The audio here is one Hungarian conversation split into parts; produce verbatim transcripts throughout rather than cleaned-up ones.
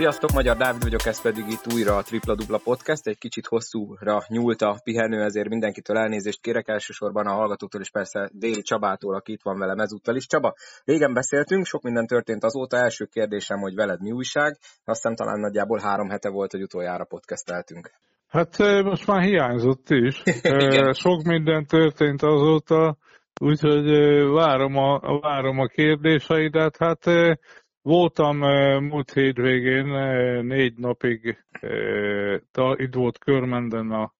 Sziasztok, Magyar Dávid vagyok, ez pedig itt újra a Tripla Dupla Podcast. Egy kicsit hosszúra nyúlt a pihenő, ezért mindenkitől elnézést kérek, elsősorban a hallgatóktól és persze Déri Csabától, aki itt van velem ezúttal is. Csaba, régen beszéltünk, sok minden történt azóta. Első kérdésem, hogy veled mi újság? Aztán talán nagyjából három hete volt, hogy utoljára podcasteltünk. Hát most már hiányzott is. Sok minden történt azóta, úgyhogy várom a, várom a kérdéseidet. Hát voltam múlt hétvégén négy napig, itt volt Körmenden a,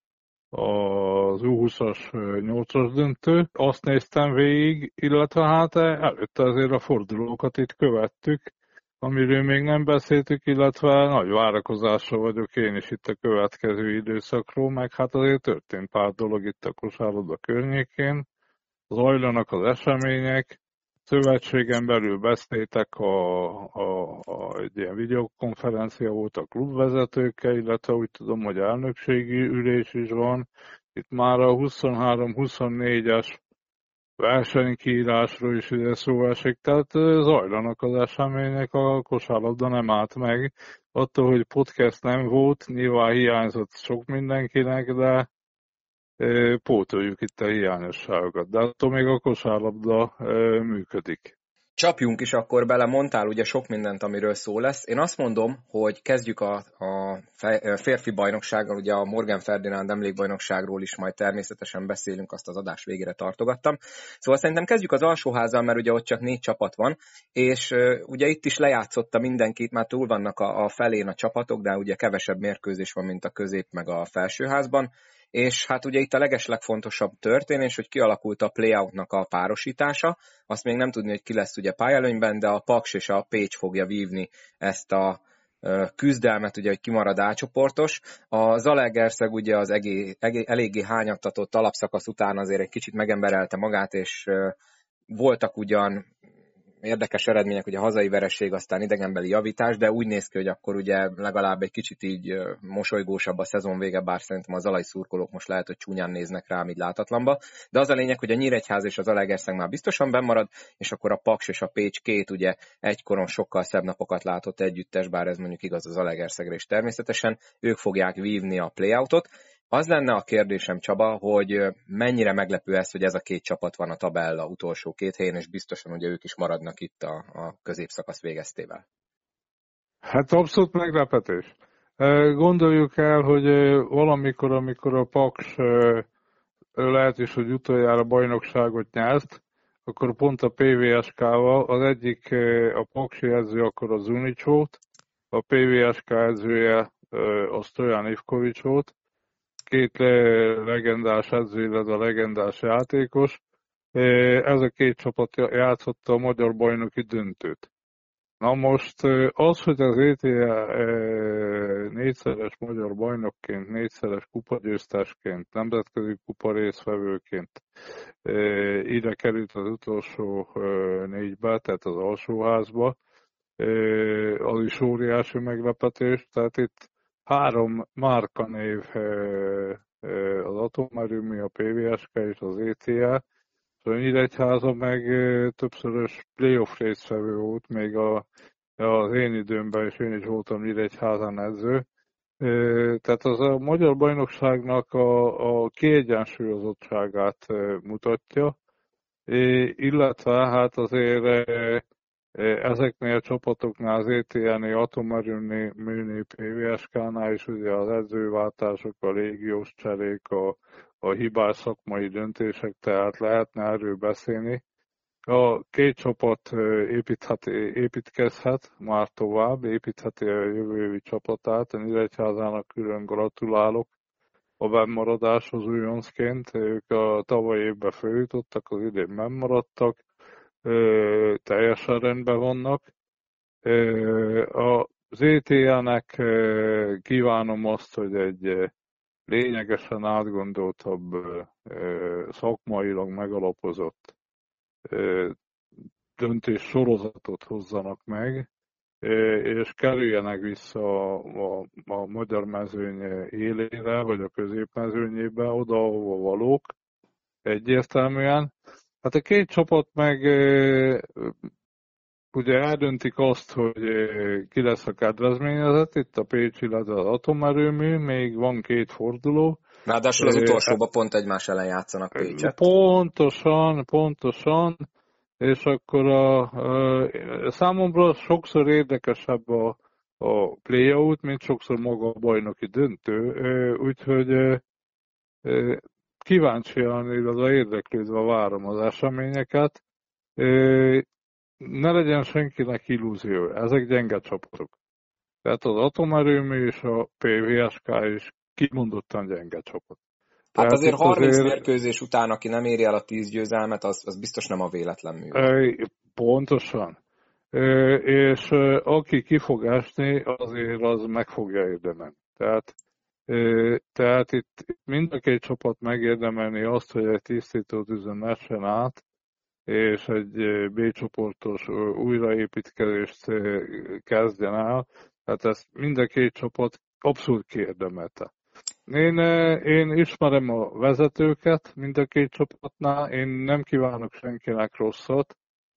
az U húszas nyolcas döntő. Azt néztem végig, illetve hát előtte azért a fordulókat itt követtük, amiről még nem beszéltük, illetve nagy várakozással vagyok én is itt a következő időszakról, meg hát azért történt pár dolog itt a kosárlabda környékén. Zajlanak az események, szövetségen belül beszéltek, a, a, a, egy ilyen videokonferencia volt a klubvezetőkkel, illetve úgy tudom, hogy elnökségi ülés is van. Itt már a huszonhárom huszonnégyes versenykiírásról is ide szó esik, tehát zajlanak az események, a kosárlabda nem állt meg. Attól, hogy podcast nem volt, nyilván hiányzott sok mindenkinek, de pótoljuk itt a hiányosságokat, de attól még a kosárlabda működik. Csapjunk is akkor bele, mondtál ugye sok mindent, amiről szó lesz. Én azt mondom, hogy kezdjük a, a férfi bajnoksággal, ugye a Morgan Ferdinand emlékbajnokságról is majd természetesen beszélünk, azt az adás végére tartogattam. Szóval szerintem kezdjük az alsóházzal, mert ugye ott csak négy csapat van, és uh, ugye itt is lejátszotta mindenkit, már túl vannak a, a felén a csapatok, de ugye kevesebb mérkőzés van, mint a közép meg a felsőházban. És hát ugye itt a legeslegfontosabb történés, hogy kialakult a playoutnak a párosítása. Azt még nem tudni, hogy ki lesz ugye pályelőnyben, de a Paks és a Pécs fogja vívni ezt a küzdelmet, ugye, hogy kimarad A-csoportos. A Zalaegerszeg ugye az egé, egé, eléggé hányattatott alapszakasz után azért egy kicsit megemberelte magát, és voltak ugyan érdekes eredmények, ugye a hazai vereség, aztán idegenbeli javítás, de úgy néz ki, hogy akkor ugye legalább egy kicsit így mosolygósabb a szezon vége, bár szerintem a zalai szurkolók most lehet, hogy csúnyán néznek rám így látatlanba. De az a lényeg, hogy a Nyíregyháza és az Zalaegerszeg már biztosan bennmarad, és akkor a Paks és a Pécs két ugye egykoron sokkal szebb napokat látott együttes, bár ez mondjuk igaz az Zalaegerszegre is természetesen, ők fogják vívni a playoutot. Az lenne a kérdésem, Csaba, hogy mennyire meglepő ez, hogy ez a két csapat van a tabella utolsó két helyen, és biztosan ugye ők is maradnak itt a, a középszakasz végeztével. Hát abszolút meglepetés. Gondoljuk el, hogy valamikor, amikor a Paks lehet is, hogy utoljára bajnokságot nyert, akkor pont a pé vé es ká-val az egyik a paksi edző akkor az Zunic volt, a pé vé es ká edzője az Stojan Ivkovics volt, két legendás edző, illetve legendás játékos. Ez a két csapat játszotta a magyar bajnoki döntőt. Na most az, hogy az é té á négyszeres magyar bajnokként, négyszeres kupagyőztesként, nemzetközi kupa résztvevőként ide került az utolsó négybe, tehát az alsóházba, az is óriási meglepetés, tehát itt három márkanév az atomerőmű, a pé vé es ká és az é té á, szóval Nyíregyháza meg többszörös playoff résztvevő volt, még a, az én időmben, és én is voltam Nyíregyházán edző. Tehát az a magyar bajnokságnak a, a kiegyensúlyozottságát mutatja, illetve hát azért ezeknél a csapatoknál, az é té á-nél, atomerőműnél, pé vé es ká-nál is ugye az edzőváltások, a légiós cserék, a, a hibás szakmai döntések, tehát lehetne erről beszélni. A két csapat építhet, építkezhet már tovább, építheti a jövő évi csapatát. A Nyíregyházának külön gratulálok a bennmaradáshoz újoncként. Ők a tavaly évben feljutottak, az idén bennmaradtak. Ö, teljesen rendben vannak. Ö, az é té á-nek kívánom azt, hogy egy lényegesen átgondoltabb, ö, szakmailag megalapozott ö, döntés sorozatot hozzanak meg, ö, és kerüljenek vissza a, a, a magyar mezőny élére, vagy a középmezőnyébe, oda, ahova valók, egyértelműen. Hát a két csapat meg ugye eldöntik azt, hogy ki lesz a kedvezményezett, itt a Pécs, illetve az atomerőmű, még van két forduló. Ráadásul az utolsóban pont egymás ellen játszanak Pécset. Pontosan, pontosan, és akkor a, a számomra sokszor érdekesebb a, a play-out, mint sokszor maga a bajnoki döntő, úgyhogy kíváncsian, illetve érdeklődve várom az eseményeket. Ne legyen senkinek illúzió, ezek gyenge csapatok. Tehát az atomerőmű és a pé vé es ká is kimondottan gyenge csapat. Hát Tehát azért harminc azért... mérkőzés után, aki nem éri el a tíz győzelmet, az, az biztos nem a véletlen művel. Pontosan. És aki ki fog esni, azért az meg fogja érdemelni. Tehát, tehát itt mind a két csapat megérdemelni azt, hogy egy tisztító tűzön essen át, és egy B csoportos újraépítkezést kezdjen el. Tehát ezt mind a két csapat abszolút kiérdemelte. Én, én ismerem a vezetőket mind a két csapatnál, én nem kívánok senkinek rosszat.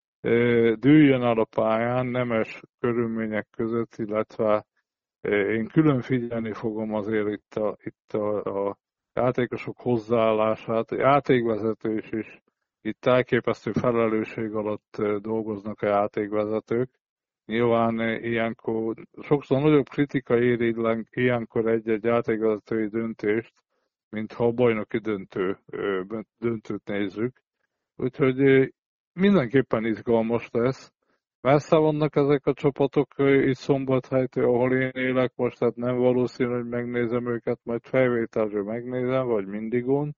Dűljön el a pályán nemes körülmények között, illetve én külön figyelni fogom azért itt a, itt a, a játékosok hozzáállását, a játékvezető is, is itt elképesztő felelősség alatt dolgoznak a játékvezetők. Nyilván ilyenkor, sokszor nagyobb kritika éri ilyenkor egy-egy játékvezetői döntést, mint ha a bajnoki döntő, döntőt nézzük. Úgyhogy mindenképpen izgalmas lesz. Messze vannak ezek a csapatok itt Szombathelytől, ahol én élek most, tehát nem valószínű, hogy megnézem őket, majd felvételről megnézem, vagy mindigon.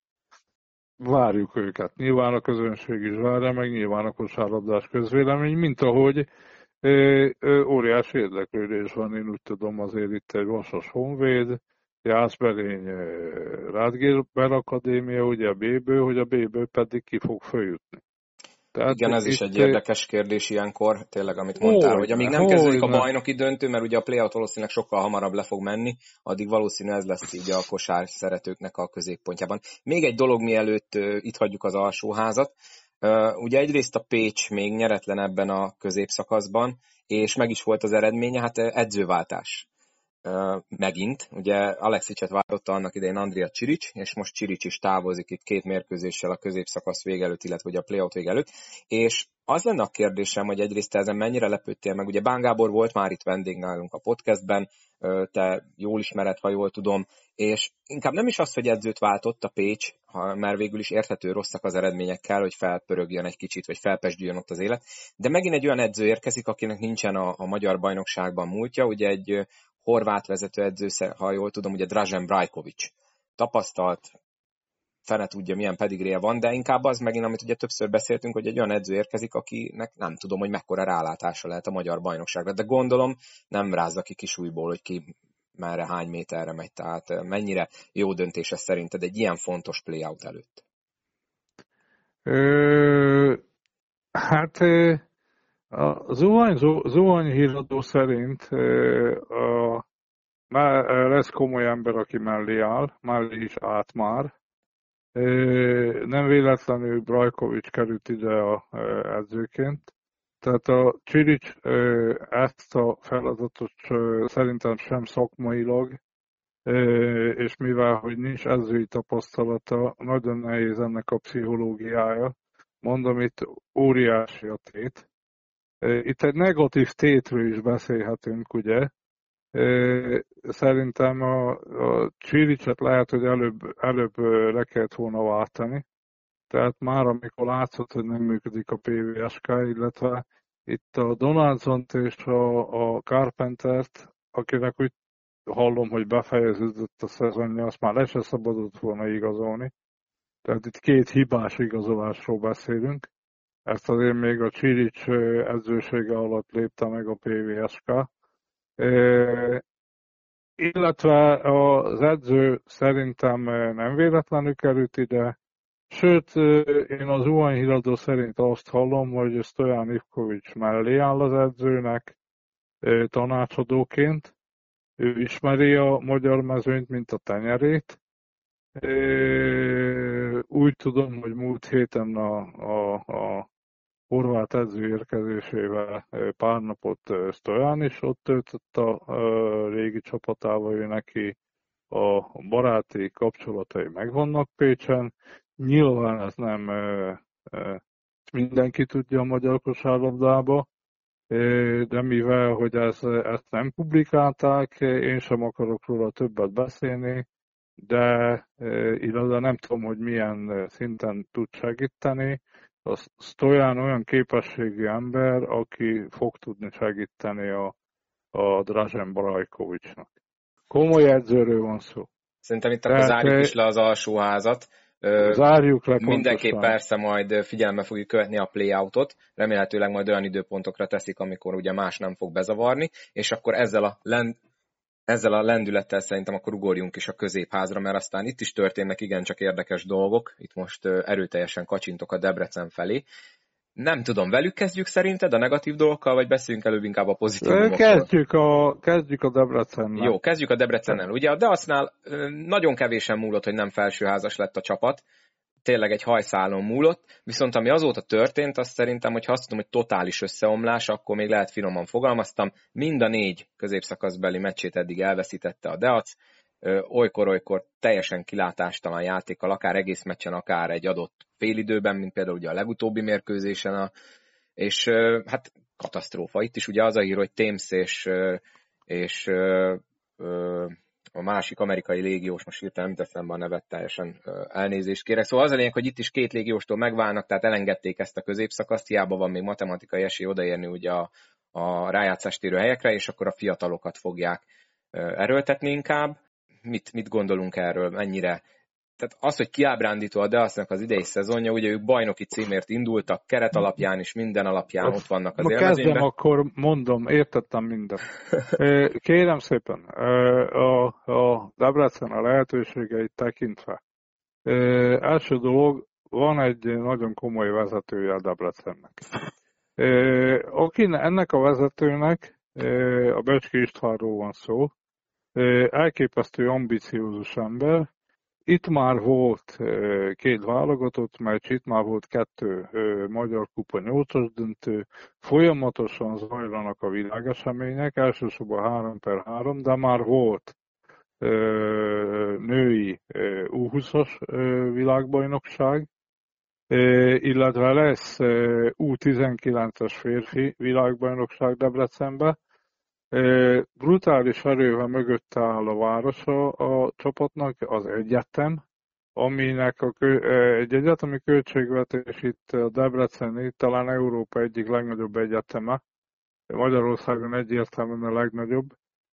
Várjuk őket. Nyilván a közönség is várja, meg nyilván a kosárlabdás közvélemény, mint ahogy ö, ö, óriási érdeklődés van, én úgy tudom, azért itt egy Vasas Honvéd, Jászberény Rádgéber Akadémia, ugye a B-ből, hogy a B-ből pedig ki fog följutni. Tehát igen, ez is egy érdekes kérdés ilyenkor, tényleg, amit mondtál, hogy, hogy amíg nem kezdődik a bajnoki döntő, mert ugye a play-out valószínűleg sokkal hamarabb le fog menni, addig valószínű ez lesz így a kosár szeretőknek a középpontjában. Még egy dolog, mielőtt uh, itt hagyjuk az alsóházat, uh, ugye egyrészt a Pécs még nyeretlen ebben a középszakaszban, és meg is volt az eredménye, hát edzőváltás. Uh, megint, ugye Aleksicset váltotta annak idején Andrija Csirics, és most Csirics is távozik itt két mérkőzéssel a középszakasz vége előtt, illetve ugye a playout vége előtt, és az lenne a kérdésem, hogy egyrészt te ezen mennyire lepődtél meg, ugye Bán Gábor volt már itt vendég nálunk a podcastben, te jól ismered, ha jól tudom, és inkább nem is az, hogy edzőt váltott a Pécs, mert végül is érthető rosszak az eredményekkel, hogy felpörögjön egy kicsit, vagy felpesdüljön ott az élet, de megint egy olyan edző érkezik, akinek nincsen a, a magyar bajnokságban múltja, ugye egy horvát vezetőedző, ha jól tudom, ugye Dražen Brajković. Tapasztalt, fene tudja, milyen pedigréje van, de inkább az megint, amit ugye többször beszéltünk, hogy egy olyan edző érkezik, akinek nem tudom, hogy mekkora rálátása lehet a magyar bajnokságra. De gondolom, nem rázza ki kisújból, hogy ki merre, hány méterre megy. Tehát mennyire jó döntés ez szerinted egy ilyen fontos play-out előtt? Ö, hát... A zuhany híradó szerint a, lesz komoly ember, aki mellé áll, mellé is állt már. Nem véletlenül Brajković került ide a edzőként. Tehát a Csirics ezt a feladatot szerintem sem szakmailag, és mivel hogy nincs edzői tapasztalata, nagyon nehéz ennek a pszichológiája. Mondom, itt óriási a tét. Itt egy negatív tétről is beszélhetünk, ugye. Szerintem a, a Csiricset lehet, hogy előbb, előbb le kellett volna váltani. Tehát már amikor látszott, hogy nem működik a pé vé es ká, illetve itt a Donaldsont és a, a Carpentert, akinek úgy hallom, hogy befejeződött a szezonja, azt már le se szabadott volna igazolni. Tehát itt két hibás igazolásról beszélünk. Ezt azért még a Csirics edzősége alatt lépte meg a pé vé es ká. E, illetve az edző szerintem nem véletlenül került ide, sőt, én az zuhanyhíradó szerint azt hallom, hogy Stojan Ivković mellé áll az edzőnek tanácsadóként. Ő ismeri a magyar mezőnyt, mint a tenyerét. Úgy tudom, hogy múlt héten a, a, a horvát edző érkezésével pár napot Stojan is ott töltött a régi csapatával, ő neki a baráti kapcsolatai megvannak Pécsen. Nyilván ez nem mindenki tudja a magyar kosárlabdába, de mivel, hogy ez, ezt nem publikálták, én sem akarok róla többet beszélni, de illetve nem tudom, hogy milyen szinten tud segíteni. A Stojan olyan képességű ember, aki fog tudni segíteni a, a Dražen Brajkovicsnak. Komoly edzőről van szó. Szerintem itt akkor zárjuk is le az alsóházat. Zárjuk le Mindenképp pontosan. persze majd figyelembe fogjuk követni a playoutot, remélhetőleg majd olyan időpontokra teszik, amikor ugye más nem fog bezavarni, és akkor ezzel a, lend, ezzel a lendülettel szerintem akkor ugorjunk is a középházra, mert aztán itt is történnek igencsak érdekes dolgok, itt most erőteljesen kacsintok a Debrecen felé. Nem tudom, velük kezdjük szerinted a negatív dolgokkal, vagy beszéljünk előbb inkább a pozitívumokról? Kezdjük a, kezdjük a Debrecennel. Jó, kezdjük a Debrecennel. Ugye a Deacnál nagyon kevésen múlott, hogy nem felsőházas lett a csapat. Tényleg egy hajszálon múlott, viszont ami azóta történt, azt szerintem, hogy ha azt tudom, hogy totális összeomlás, akkor még lehet finoman fogalmaztam. Mind a négy középszakaszbeli meccsét eddig elveszítette a Deac. Olykor-olykor teljesen kilátástalan játékkal, akár egész meccsen, akár egy adott félidőben, mint például ugye a legutóbbi mérkőzésen, a, és hát katasztrófa. Itt is ugye az a hír, hogy Thames és, és a másik amerikai légiós, most hirtelen nem teszem be a nevet, teljesen elnézést kérek. Szóval az a lényeg, hogy itt is két légióstól megválnak, tehát elengedték ezt a középszakaszt, hiába van még matematikai esély odaérni ugye a, a rájátszástérő helyekre, és akkor a fiatalokat fogják erőltetni inkább. Mit, mit gondolunk erről, mennyire? Tehát az, hogy kiábrándító a Deacnak az idei szezonja, ugye ők bajnoki címért indultak, keret alapján is, minden alapján ott vannak az élmezőnyben. Kezdem, akkor mondom, értettem mindent. Kérem szépen, a, a Debrecen a lehetőségeit tekintve. Első dolog, van egy nagyon komoly vezetője a Debrecennek. Aki ennek a vezetőnek, a Becski Istvánról van szó, elképesztő ambiciózus ember. Itt már volt két válogatott meccs, itt már volt kettő Magyar Kupa nyolcas döntő, folyamatosan zajlanak a világesemények, elsősorban három per három, de már volt női U húszas világbajnokság, illetve lesz U tizenkilences férfi világbajnokság Debrecenben. Brutális erővel mögötte áll a városa a csapatnak, az egyetem, aminek a kö, egy egyetemi költségvetés itt a Debreceni, talán Európa egyik legnagyobb egyeteme, Magyarországon egyértelműen a legnagyobb,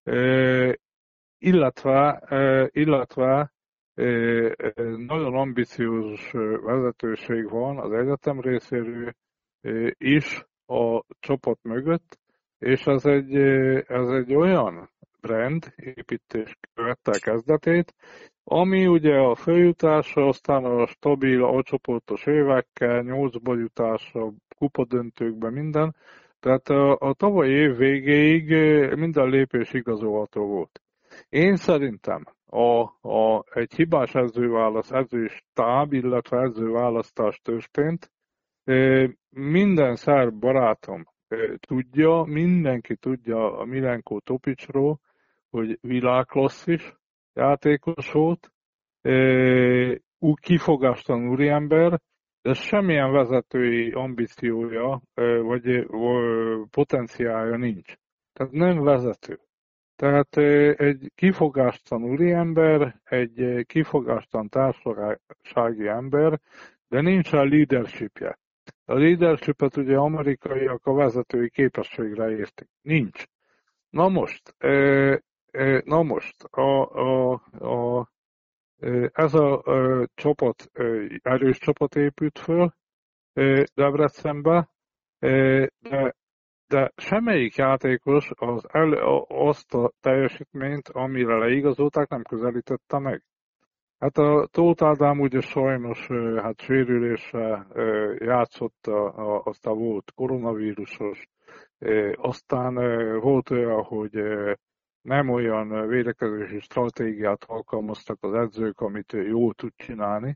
illetve, illetve nagyon ambiciózus vezetőség van az egyetem részéről is a csapat mögött, és ez egy, ez egy olyan brand építés követte kezdetét, ami ugye a följutása, aztán a stabil, alcsoportos évekkel, nyolcba jutása, kupadöntőkben minden. Tehát a, a tavalyi év végéig minden lépés igazolható volt. Én szerintem a, a, egy hibás edzőválasz, edzőstáb, illetve edzőválasztás történt. Minden szerb barátom tudja, mindenki tudja a Milenko Topicsról, hogy világklasszis játékos volt, úgy kifogástalan úriember, de semmilyen vezetői ambíciója vagy potenciálja nincs. Tehát nem vezető. Tehát egy kifogástalan úriember, egy kifogástalan társasági ember, de nincsen leadershipje. A leadershipet ugye amerikaiak a vezetői képességre értik. Nincs. Na most, na most, a, a, a, ez a, a csapat, erős csapat épült föl Debrecenbe, de, de semmelyik játékos az el, azt a teljesítményt, amire leigazolták, nem közelítette meg. Hát a Tóth Ádám ugye sajnos hát sérülésre játszott, aztán volt koronavírusos, aztán volt olyan, hogy nem olyan védekezési stratégiát alkalmaztak az edzők, amit jól tud csinálni.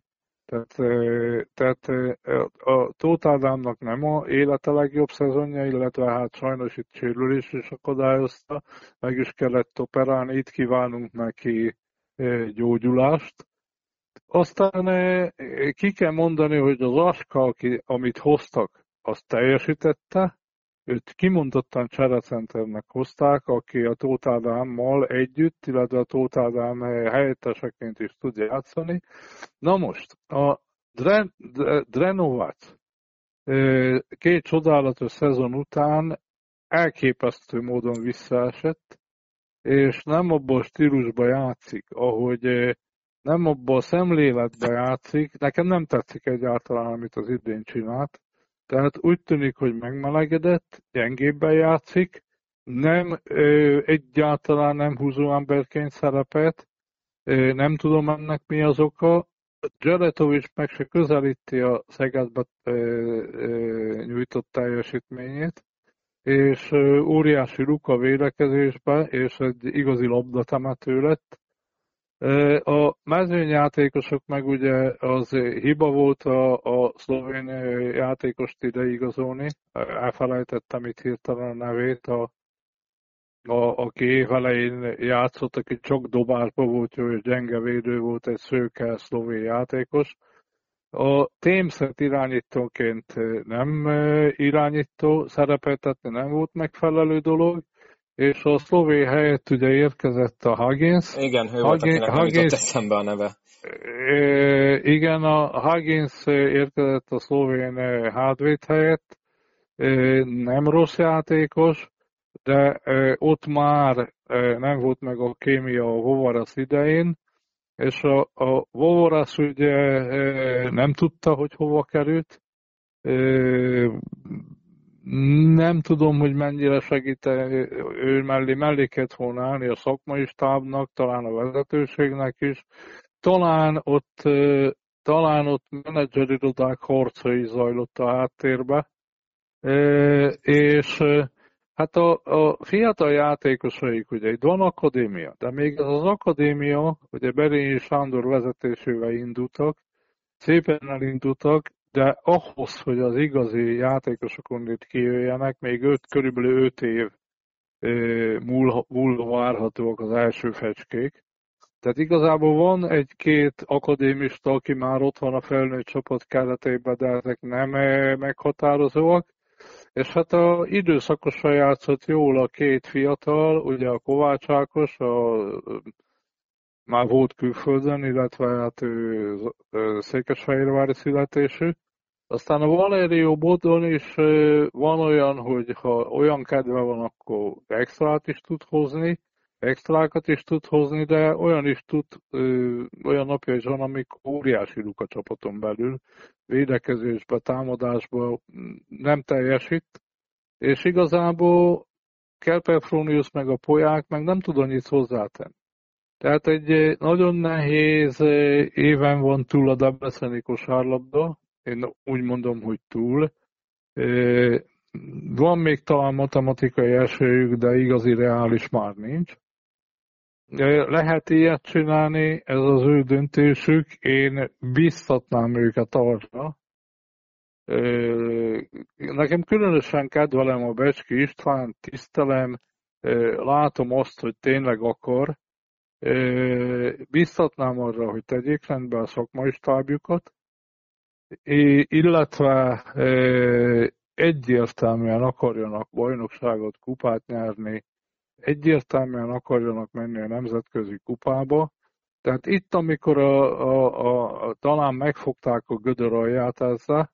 Tehát, tehát a Tóth Ádámnak nem a élete legjobb szezonja, illetve hát sajnos itt sérülés is akadályozta, meg is kellett operálni, itt kívánunk neki gyógyulást. Aztán ki kell mondani, hogy az Aska, aki, amit hoztak, azt teljesítette, őt kimondottan cserecenternek hozták, aki a Tóth Ádámmal együtt, illetve a Tóth Ádám helyetteseként is tud játszani. Na most, a Dren, Drenovac két csodálatos szezon után elképesztő módon visszaesett, és nem abban a stílusban játszik, ahogy nem abban a szemléletben játszik. Nekem nem tetszik egyáltalán, amit az idén csinált. Tehát úgy tűnik, hogy megmelegedett, gyengébben játszik, nem, ö, egyáltalán nem húzó emberként szerepet, ö, nem tudom ennek mi az oka. Dzseretovics meg se közelíti a Szegedbe ö, ö, nyújtott teljesítményét, és ö, óriási luk a védekezésbe, és egy igazi labdatemető lett. A mezőnyjátékosok meg ugye az hiba volt a, a szlovén játékost ide igazolni. Elfelejtettem itt hirtelen a nevét, a, a, aki évelején játszott, aki csak dobásba volt jó, és gyenge védő volt, egy szőke szlovén játékos. A Témszet irányítóként nem irányító szerepeltetni nem volt megfelelő dolog, és a szlovén helyett ugye érkezett a Huggins. Igen, ő volt, akinek nem jutott eszembe a neve. Igen, a Huggins érkezett a szlovén hátvéd helyett. Nem rossz játékos, de ott már nem volt meg a kémia a Vovaras idején, és a, a Vovaras ugye nem tudta, hogy hova került. Nem tudom, hogy mennyire segít ő mellé, mellé kellett volna állni a szakmai stábnak, talán a vezetőségnek is. Talán ott, talán ott menedzserirodák harcai zajlott a háttérbe. És hát a, a fiatal játékosaik, ugye itt van akadémia, de még ez az akadémia, ugye Berényi Sándor vezetésével indultak, szépen elindultak, de ahhoz, hogy az igazi játékosokon itt kijöjjenek, még öt, körülbelül öt év múlva, múlva várhatóak az első fecskék. Tehát igazából van egy-két akadémista, aki már ott van a felnőtt csapat keretében, de ezek nem meghatározóak. És hát a időszakosan játszott jól a két fiatal, ugye a Kovács Ákos, a már volt külföldön, illetve hát ő székesfehérvári születésű. Aztán a Valerio Bodon is van olyan, hogy ha olyan kedve van, akkor extrát is tud hozni, extrákat is tud hozni, de olyan is tud, olyan napja is van, amikor óriási luk a csapaton belül, védekezésbe, támadásba nem teljesít, és igazából Kelperfronius meg a Polyák meg nem tud annyit hozzátenni. Tehát egy nagyon nehéz éven van túl a debreceni kosárlabda, én úgy mondom, hogy túl. Van még talán matematikai esélyük, de igazi reális már nincs. Lehet ilyet csinálni, ez az ő döntésük, én biztatnám őket arra. Nekem különösen kedvelem a Becski István, tisztelem, látom azt, hogy tényleg akar. Biztatnám arra, hogy tegyék rendbe a szakmai stábjukat, illetve egyértelműen akarjanak bajnokságot, kupát nyerni, egyértelműen akarjanak menni a nemzetközi kupába. Tehát itt, amikor a, a, a, a, talán megfogták a gödör alját ezzel,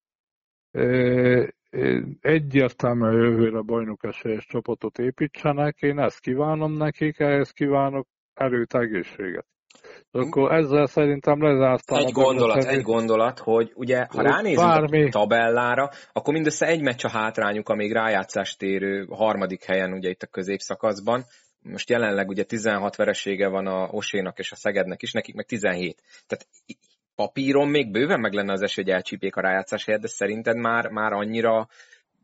egyértelműen jövőre bajnok esélyes csapatot építsenek. Én ezt kívánom nekik, ehhez kívánok erőt, egészséget. Akkor ezzel szerintem lezártam. Egy gondolat, egy gondolat, hogy ugye, ha ránézünk bármi a tabellára, akkor mindössze egy meccs a hátrányuk, amíg rájátszást érő harmadik helyen, ugye itt a középszakaszban. Most jelenleg ugye tizenhat veresége van a Osénak és a Szegednek is, nekik meg tizenhét. Tehát papíron még bőven meg lenne az esély, hogy elcsípjék a rájátszás helyet, de szerinted már, már annyira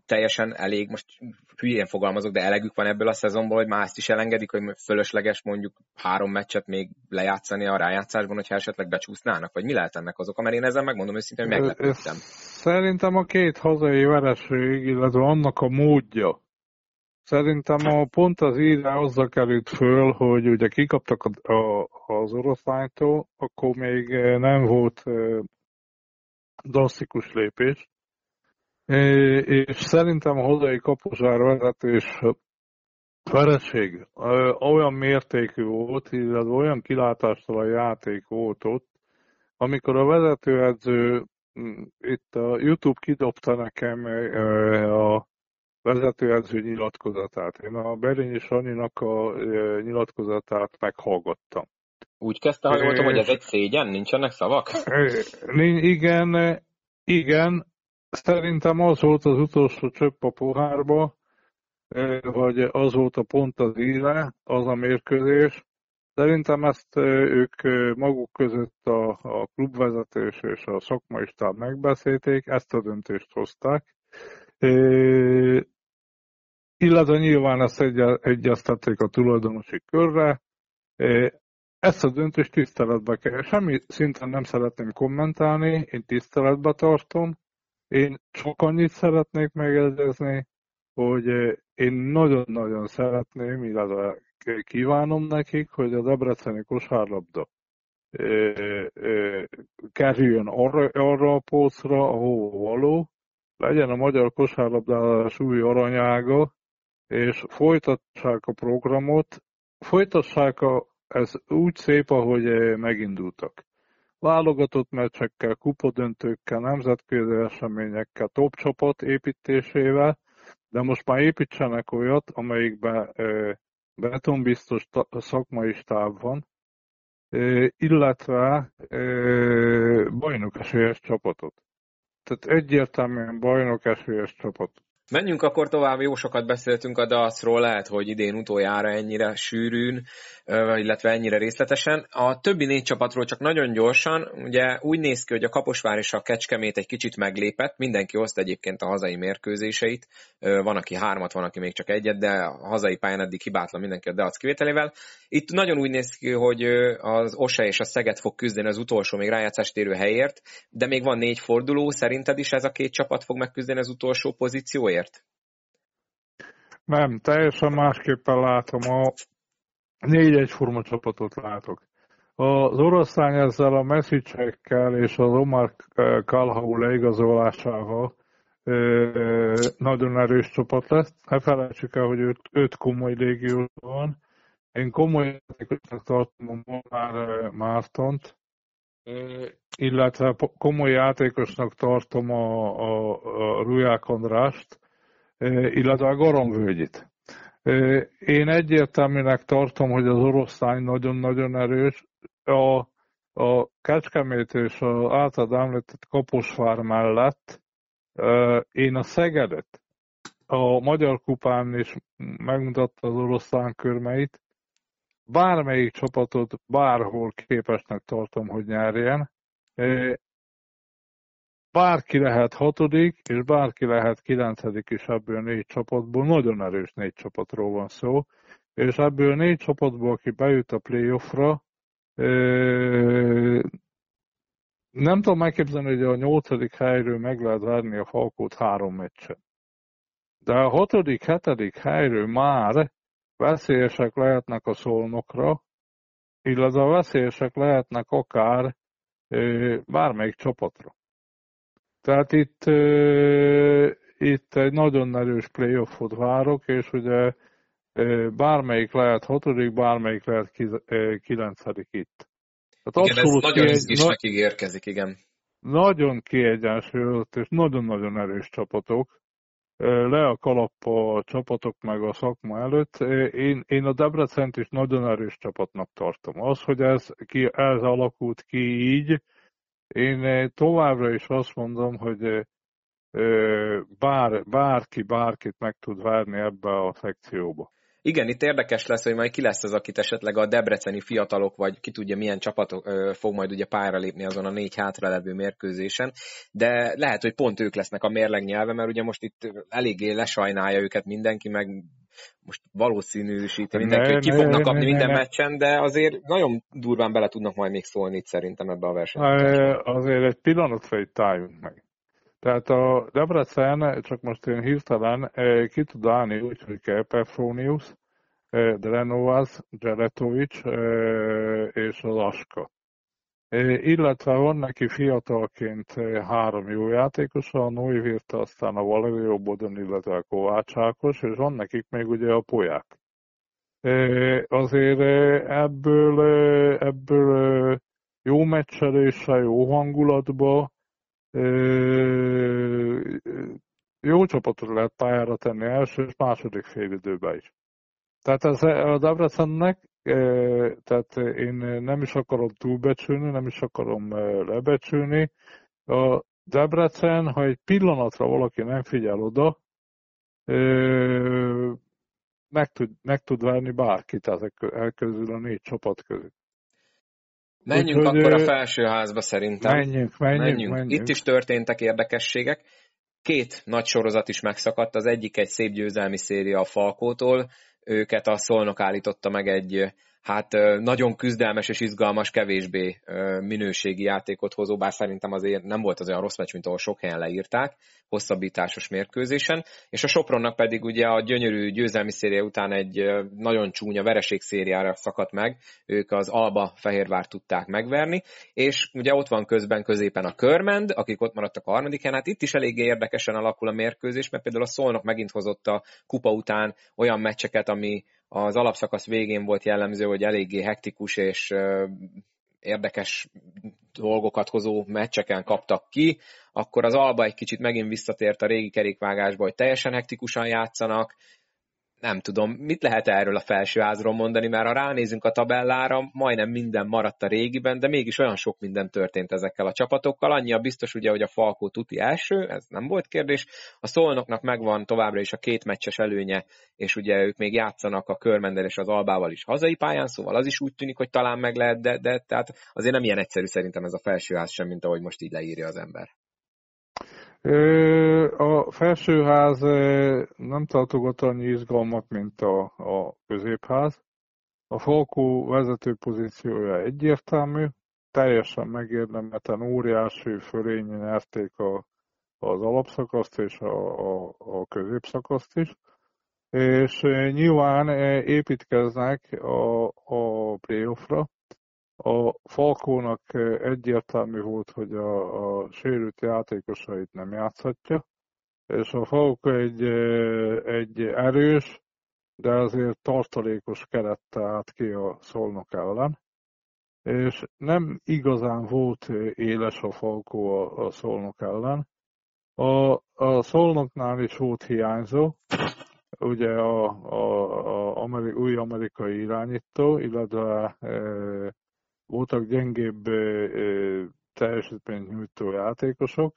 teljesen elég, most hülyén fogalmazok, de elegük van ebből a szezonból, hogy már ezt is elengedik, hogy fölösleges mondjuk három meccset még lejátszani a rájátszásban, hogyha esetleg becsúsznának, vagy mi lehet ennek az oka? Mert én ezen megmondom őszintén, hogy meglepődtem. Szerintem a két hazai vereség, illetve annak a módja. Szerintem a pont az íre azzal került föl, hogy ugye kikaptak a, a, az oroszlánytól, akkor még nem volt drasztikus lépés, és szerintem a hazai Kaposvár vezetés vereség olyan mértékű volt, illetve olyan kilátástalan játék volt ott, amikor a vezetőedző, itt a YouTube kidobta nekem a vezetőedző nyilatkozatát. Én a Berényi Sanyinak a nyilatkozatát meghallgattam. Úgy kezdte, ha jól hogy ez egy szégyen? Nincsenek szavak? Igen, igen. Szerintem az volt az utolsó csöpp a pohárba, vagy az volt a pont az íre, az a mérkőzés. Szerintem ezt ők maguk között a, a klubvezetés és a szakmai stáb megbeszélték, ezt a döntést hozták. É, illetve nyilván ezt egy, egyeztették a tulajdonosi körre. É, ezt a döntést tiszteletbe kell. Semmi szinten nem szeretném kommentálni, én tiszteletbe tartom. Én csak annyit szeretnék megjegyezni, hogy én nagyon-nagyon szeretném, illetve kívánom nekik, hogy a debreceni kosárlabda kerüljön arra, arra a polcra, ahova való, legyen a magyar kosárlabdázás új aranyága, és folytassák a programot, folytassák a, ez úgy szép, ahogy megindultak. Válogatott meccsekkel, kupadöntőkkel, nemzetközi eseményekkel, top csapat építésével, de most már építsenek olyat, amelyikben betonbiztos szakmai stáb van, illetve bajnok esélyes csapatot. Tehát egyértelműen bajnok esélyes csapat. Menjünk akkor tovább, jó sokat beszéltünk a dacról, lehet, hogy idén utoljára ennyire sűrűn, illetve ennyire részletesen. A többi négy csapatról csak nagyon gyorsan, ugye úgy néz ki, hogy a Kaposvár és a Kecskemét egy kicsit meglépett, mindenki oszt egyébként a hazai mérkőzéseit, van, aki hármat, van, aki még csak egyet, de a hazai pályán eddig hibátlan mindenki a Dac kivételével. Itt nagyon úgy néz ki, hogy az Ose és a Szeged fog küzdeni az utolsó még rájátszást érő helyért, de még van négy forduló, szerinted is ez a két csapat fog megküzdeni az utolsó pozícióért? Nem, teljesen másképpen látom. A négy egyforma csapatot látok. Az oroszlány ezzel a Mesicsekkel és az Omar Kalhau leigazolásával nagyon erős csapat lesz. Ne felejtsük el, hogy öt, öt komoly légiós van. Én komoly játékosnak tartom a Molnár Mártont, illetve komoly játékosnak tartom a, a, a Ruják Andrást, illetve a Garamvölgyit. Én egyértelműnek tartom, hogy az oroszlány nagyon-nagyon erős. A, a Kecskemét és az általad említett Kaposvár mellett én a Szegedet a Magyar Kupán is megmutatta az oroszlán körmeit. Bármelyik csapatot bárhol képesnek tartom, hogy nyerjen. Bárki lehet hatodik, és bárki lehet kilencedik is ebből négy csapatból. Nagyon erős négy csapatról van szó. És ebből négy csapatból, aki bejut a playoffra, nem tudom megképzelni, hogy a nyolcadik helyről meg lehet verni a Falkót három meccsen. De a hatodik, hetedik helyről már veszélyesek lehetnek a Szolnokra, illetve veszélyesek lehetnek akár bármelyik csapatra. Tehát itt, itt egy nagyon erős playoffot várok, és ugye bármelyik lehet hatodik, bármelyik lehet kilencedik itt. Tehát igen, ez nagyon kiegy... izgisnek ígérkezik, igen. Nagyon kiegyensúlyozott és nagyon-nagyon erős csapatok. Le a kalap a csapatok meg a szakma előtt. Én, én a Debrecent is nagyon erős csapatnak tartom. Az, hogy ez, ki, ez alakult ki így, én továbbra is azt mondom, hogy bár, bárki bárkit meg tud várni ebbe a szekcióba. Igen, itt érdekes lesz, hogy majd ki lesz az, akit esetleg a debreceni fiatalok, vagy ki tudja milyen csapatok ö, fog majd ugye pályára lépni azon a négy hátralevő mérkőzésen, de lehet, hogy pont ők lesznek a mérleg nyelve, mert ugye most itt eléggé lesajnálja őket mindenki, meg most valószínűsíti mindenki, Ne, hogy ki ne, fognak ne, kapni ne, minden ne. meccsen, de azért nagyon durván bele tudnak majd még szólni itt szerintem ebbe a versenyfutásba. Azért egy pillanatra itt álljunk meg. Tehát a Debrecen, csak most én hirtelen ki tud állni úgy, hogy Kerpefronius, Drenovas, Djeletovic és az Aska. Illetve van neki fiatalként három jó játékosa, a Noé Virta, aztán a Valerio Bodon, illetve a Kovács Ákos, és van nekik még ugye a Polyák. Azért ebből, ebből jó meccseléssel, jó hangulatba, jó csapatot lehet pályára tenni első és második félidőben is. Tehát ez a Debrecennek, tehát én nem is akarom túlbecsülni, nem is akarom lebecsülni. A Debrecen, ha egy pillanatra valaki nem figyel oda, meg tud, meg tud verni bárkit ezek közül a négy csapat közül. Menjünk Úgyhogy akkor a felsőházba szerintem. Menjünk, menjünk, menjünk. menjünk. Itt is történtek érdekességek. Két nagy sorozat is megszakadt, az egyik egy szép győzelmi széria a Falkótól, őket a Szolnok állította meg egy hát nagyon küzdelmes és izgalmas, kevésbé minőségi játékot hozó, bár szerintem azért nem volt az olyan rossz meccs, mint ahol sok helyen leírták, hosszabbításos mérkőzésen, és a Sopronnak pedig ugye a gyönyörű győzelmi széria után egy nagyon csúnya vereségszériára szakadt meg, ők az Alba Fehérvárt tudták megverni, és ugye ott van közben középen a Körmend, akik ott maradtak a harmadik helyen, hát itt is eléggé érdekesen alakul a mérkőzés, mert például a Szolnok megint hozott a kupa után olyan meccseket, ami az alapszakasz végén volt jellemző, hogy eléggé hektikus és érdekes dolgokat hozó meccseken kaptak ki, akkor az Alba egy kicsit megint visszatért a régi kerékvágásba, hogy teljesen hektikusan játszanak. Nem tudom, mit lehet erről a felsőházról mondani, mert ha ránézünk a tabellára, majdnem minden maradt a régiben, de mégis olyan sok minden történt ezekkel a csapatokkal. Annyi a biztos ugye, hogy a Falkó tuti első, ez nem volt kérdés. A Szolnoknak megvan továbbra is a két meccses előnye, és ugye ők még játszanak a Körmendel és az Albával is hazai pályán, szóval az is úgy tűnik, hogy talán meg lehet, de, de tehát azért nem ilyen egyszerű szerintem ez a felsőház sem, mint ahogy most így leírja az ember. A felsőház nem tartogat annyi izgalmat, mint a, a középház. A Falkó vezető pozíciója egyértelmű, teljesen megérdemelten óriási fölényen nyerték a, az alapszakaszt és a, a, a középszakaszt is, és nyilván építkeznek a, a playoffra. A Falkónak egyértelmű volt, hogy a, a sérült játékosait nem játszhatja, és a Falkó egy, egy erős, de azért tartalékos kerettel állt ki a Szolnok ellen, és nem igazán volt éles a Falkó a, a Szolnok ellen. A, a Szolnoknál is volt hiányzó, ugye a, a, a ameri, új amerikai irányító, illetve e, voltak gyengébb teljesítményt nyújtó játékosok,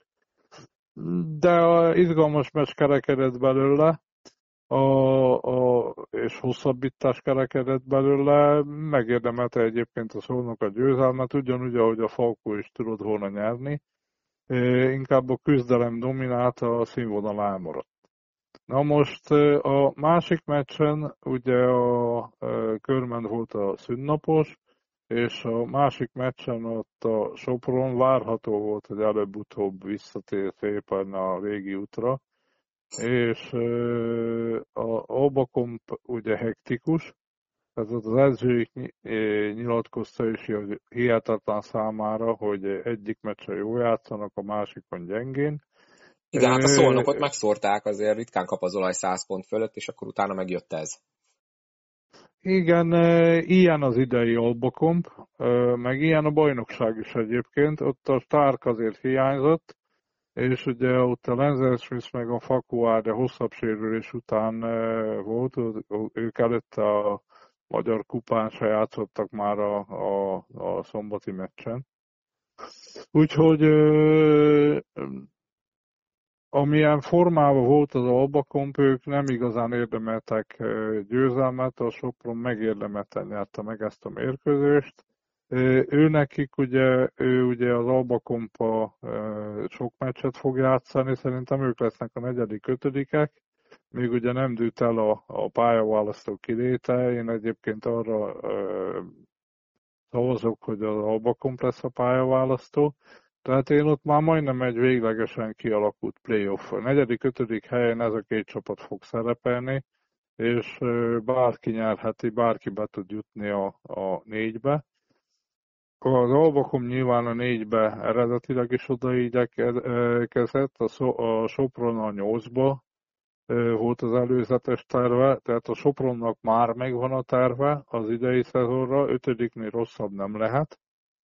de a izgalmas meccs kerekedett belőle, a, a, és hosszabbítás kerekedett belőle, megérdemelte egyébként a Szolnok a győzelmet, ugyanúgy, ahogy a Falkó is tudott volna nyerni, inkább a küzdelem dominálta, a színvonal elmaradt. Na most a másik meccsen ugye a Körmend volt a szünnapos, és a másik meccsen ott a Sopron várható volt, hogy előbb-utóbb visszatért éppen a régi útra, és a Albakomp ugye hektikus, tehát az edzőik nyilatkozta is, hogy hihetetlen számára, hogy egyik meccsen jól játszanak, a másikon gyengén. Igen, hát a Szolnokot megszórták, azért ritkán kap az olaj száz pont fölött, és akkor utána megjött ez. Igen, ilyen az idei Albakomp, meg ilyen a bajnokság is egyébként. Ott a Stark azért hiányzott, és ugye ott a Lenzer Smith meg a Fakuár, de hosszabb sérülés után volt, ők előtte a Magyar Kupán se játszottak már a, a, a szombati meccsen. Úgyhogy amilyen formában volt az Albakomp, ők nem igazán érdemeltek győzelmet, a Sopron megérdemelten nyerte meg ezt a mérkőzést. Ő nekik ugye, ő ugye az Albakompa sok meccset fog játszani, szerintem ők lesznek a negyedik, ötödikek, még ugye nem dűlt el a, a pályaválasztó kiléte, én egyébként arra szavazok, hogy az Albakomp lesz a pályaválasztó. Tehát én ott már majdnem egy véglegesen kialakult playoff. A negyedik, ötödik helyen ez a két csapat fog szerepelni, és bárki nyerheti, bárki be tud jutni a, a négybe. Az Albakom nyilván a négybe eredetileg is oda igyekezett, a, so, a Sopron a nyolcba volt az előzetes terve, tehát a Sopronnak már megvan a terve az idei szezonra, ötödiknél rosszabb nem lehet.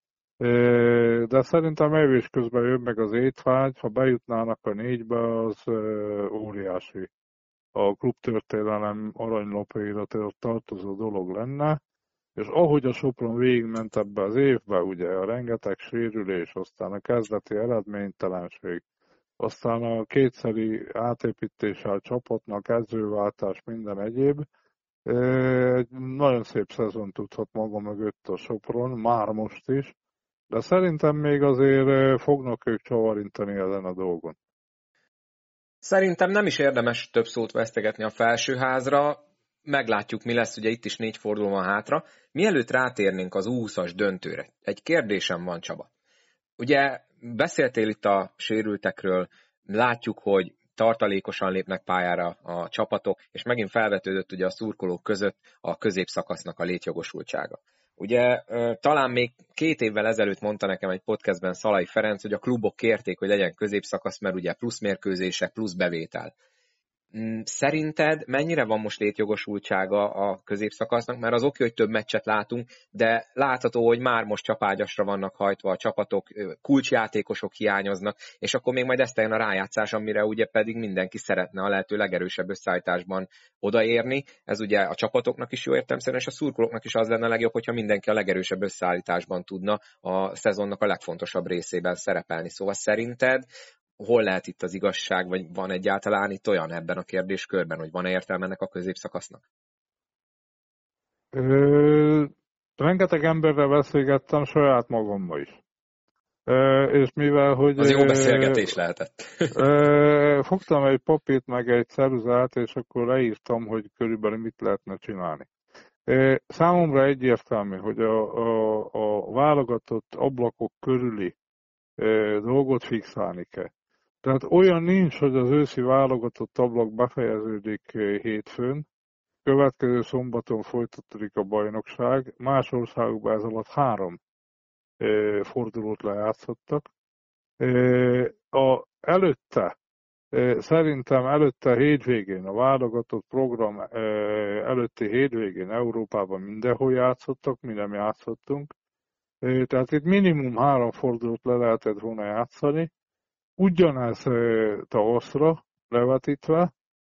De szerintem evés közben jön meg az étvágy, ha bejutnának a négybe, az óriási. A klubtörténelem aranylapjaira tartozó dolog lenne, és ahogy a Sopron végigment ebbe az évbe, ugye a rengeteg sérülés, aztán a kezdeti eredménytelenség, aztán a kétszeri átépítése a csapatnak, edzőváltás, minden egyéb, egy nagyon szép szezon tudhat maga mögött a Sopron, már most is, de szerintem még azért fognak ők csavarintani ezen a dolgon. Szerintem nem is érdemes több szót vesztegetni a felsőházra, meglátjuk, mi lesz, ugye itt is négy forduló van hátra. Mielőtt rátérnénk az U húszas döntőre, egy kérdésem van, Csaba. Ugye beszéltél itt a sérültekről, látjuk, hogy tartalékosan lépnek pályára a csapatok, és megint felvetődött ugye a szurkolók között a középszakasznak a létjogosultsága. Ugye talán még két évvel ezelőtt mondta nekem egy podcastben Szalai Ferenc, hogy a klubok kérték, hogy legyen középszakasz, mert ugye plusz mérkőzések, plusz bevétel. Szerinted mennyire van most létjogosultsága a középszakasznak? Mert az oké, hogy több meccset látunk, de látható, hogy már most csapágyasra vannak hajtva a csapatok, kulcsjátékosok hiányoznak, és akkor még majd ezt eljön a rájátszás, amire ugye pedig mindenki szeretne a lehető legerősebb összeállításban odaérni. Ez ugye a csapatoknak is jó értelemszerűen, és a szurkolóknak is az lenne legjobb, hogyha mindenki a legerősebb összeállításban tudna a szezonnak a legfontosabb részében szerepelni. Szóval szerinted hol lehet itt az igazság, vagy van egyáltalán itt olyan ebben a kérdéskörben, hogy van-e értelme ennek a középszakasznak? Ö, rengeteg emberrel beszélgettem, saját magammal is. Ö, és mivel, hogy... Az jó beszélgetés lehetett. ö, fogtam egy papírt, meg egy ceruzát, és akkor leírtam, hogy körülbelül mit lehetne csinálni. Ö, számomra egyértelmű, hogy a, a, a válogatott ablakok körüli ö, dolgot fixálni kell. Tehát olyan nincs, hogy az őszi válogatott ablak befejeződik hétfőn, következő szombaton folytatódik a bajnokság, más országokban ez alatt három e, fordulót lejátszottak. E, a, előtte, e, szerintem előtte hétvégén, a válogatott program e, előtti hétvégén Európában mindenhol játszottak, mi nem játszottunk. E, tehát itt minimum három fordulót le lehetett volna játszani. Ugyanez tavaszra levetítve,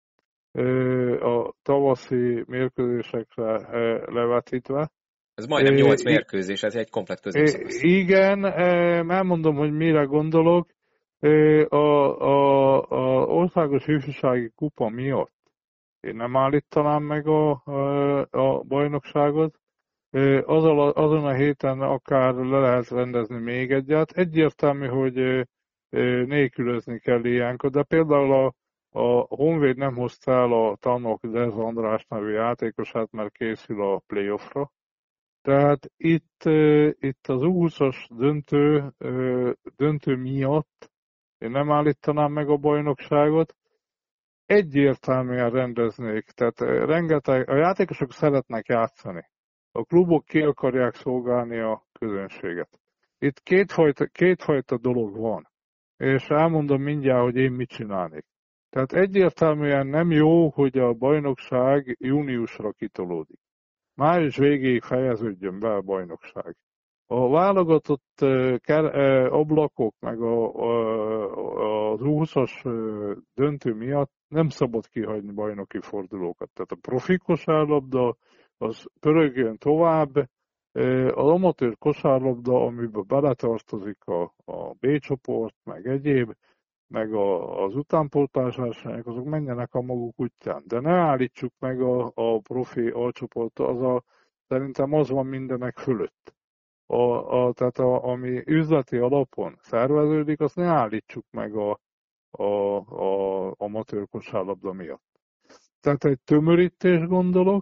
a tavaszi mérkőzésekre levetítve. Ez majdnem nyolc mérkőzés, ez egy komplett középszakasz. Igen, elmondom, hogy mire gondolok. A, a, a országos ifjúsági kupa miatt én nem állítanám meg a, a bajnokságot. Azon a héten akár le lehet rendezni még egyet. Egyértelmű, hogy nélkülözni kell ilyenkor, de például a, a Honvéd nem hozta el a Tanok Dez András nevű játékosát, mert készül a playoffra. Tehát itt, itt az U húszas döntő, döntő miatt én nem állítanám meg a bajnokságot, egyértelműen rendeznék, tehát rengeteg, a játékosok szeretnek játszani, a klubok ki akarják szolgálni a közönséget. Itt kétfajta, kétfajta dolog van. És elmondom mindjárt, hogy én mit csinálnék. Tehát egyértelműen nem jó, hogy a bajnokság júniusra kitolódik. Május végéig fejeződjön be a bajnokság. A válogatott ablakok meg a, a, az U húszas döntő miatt nem szabad kihagyni bajnoki fordulókat. Tehát a profi kosárlabda az pörögjön tovább, az amatőr kosárlabda, amiben beletartozik a, a B csoport, meg egyéb, meg a, az utánpótlás versenyek, azok menjenek a maguk útján. De ne állítsuk meg a, a profi alcsoportot, az a, szerintem az van mindenek fölött. A, a, tehát a, ami üzleti alapon szerveződik, azt ne állítsuk meg a, a, a amatőr kosárlabda miatt. Tehát egy tömörítés gondolok.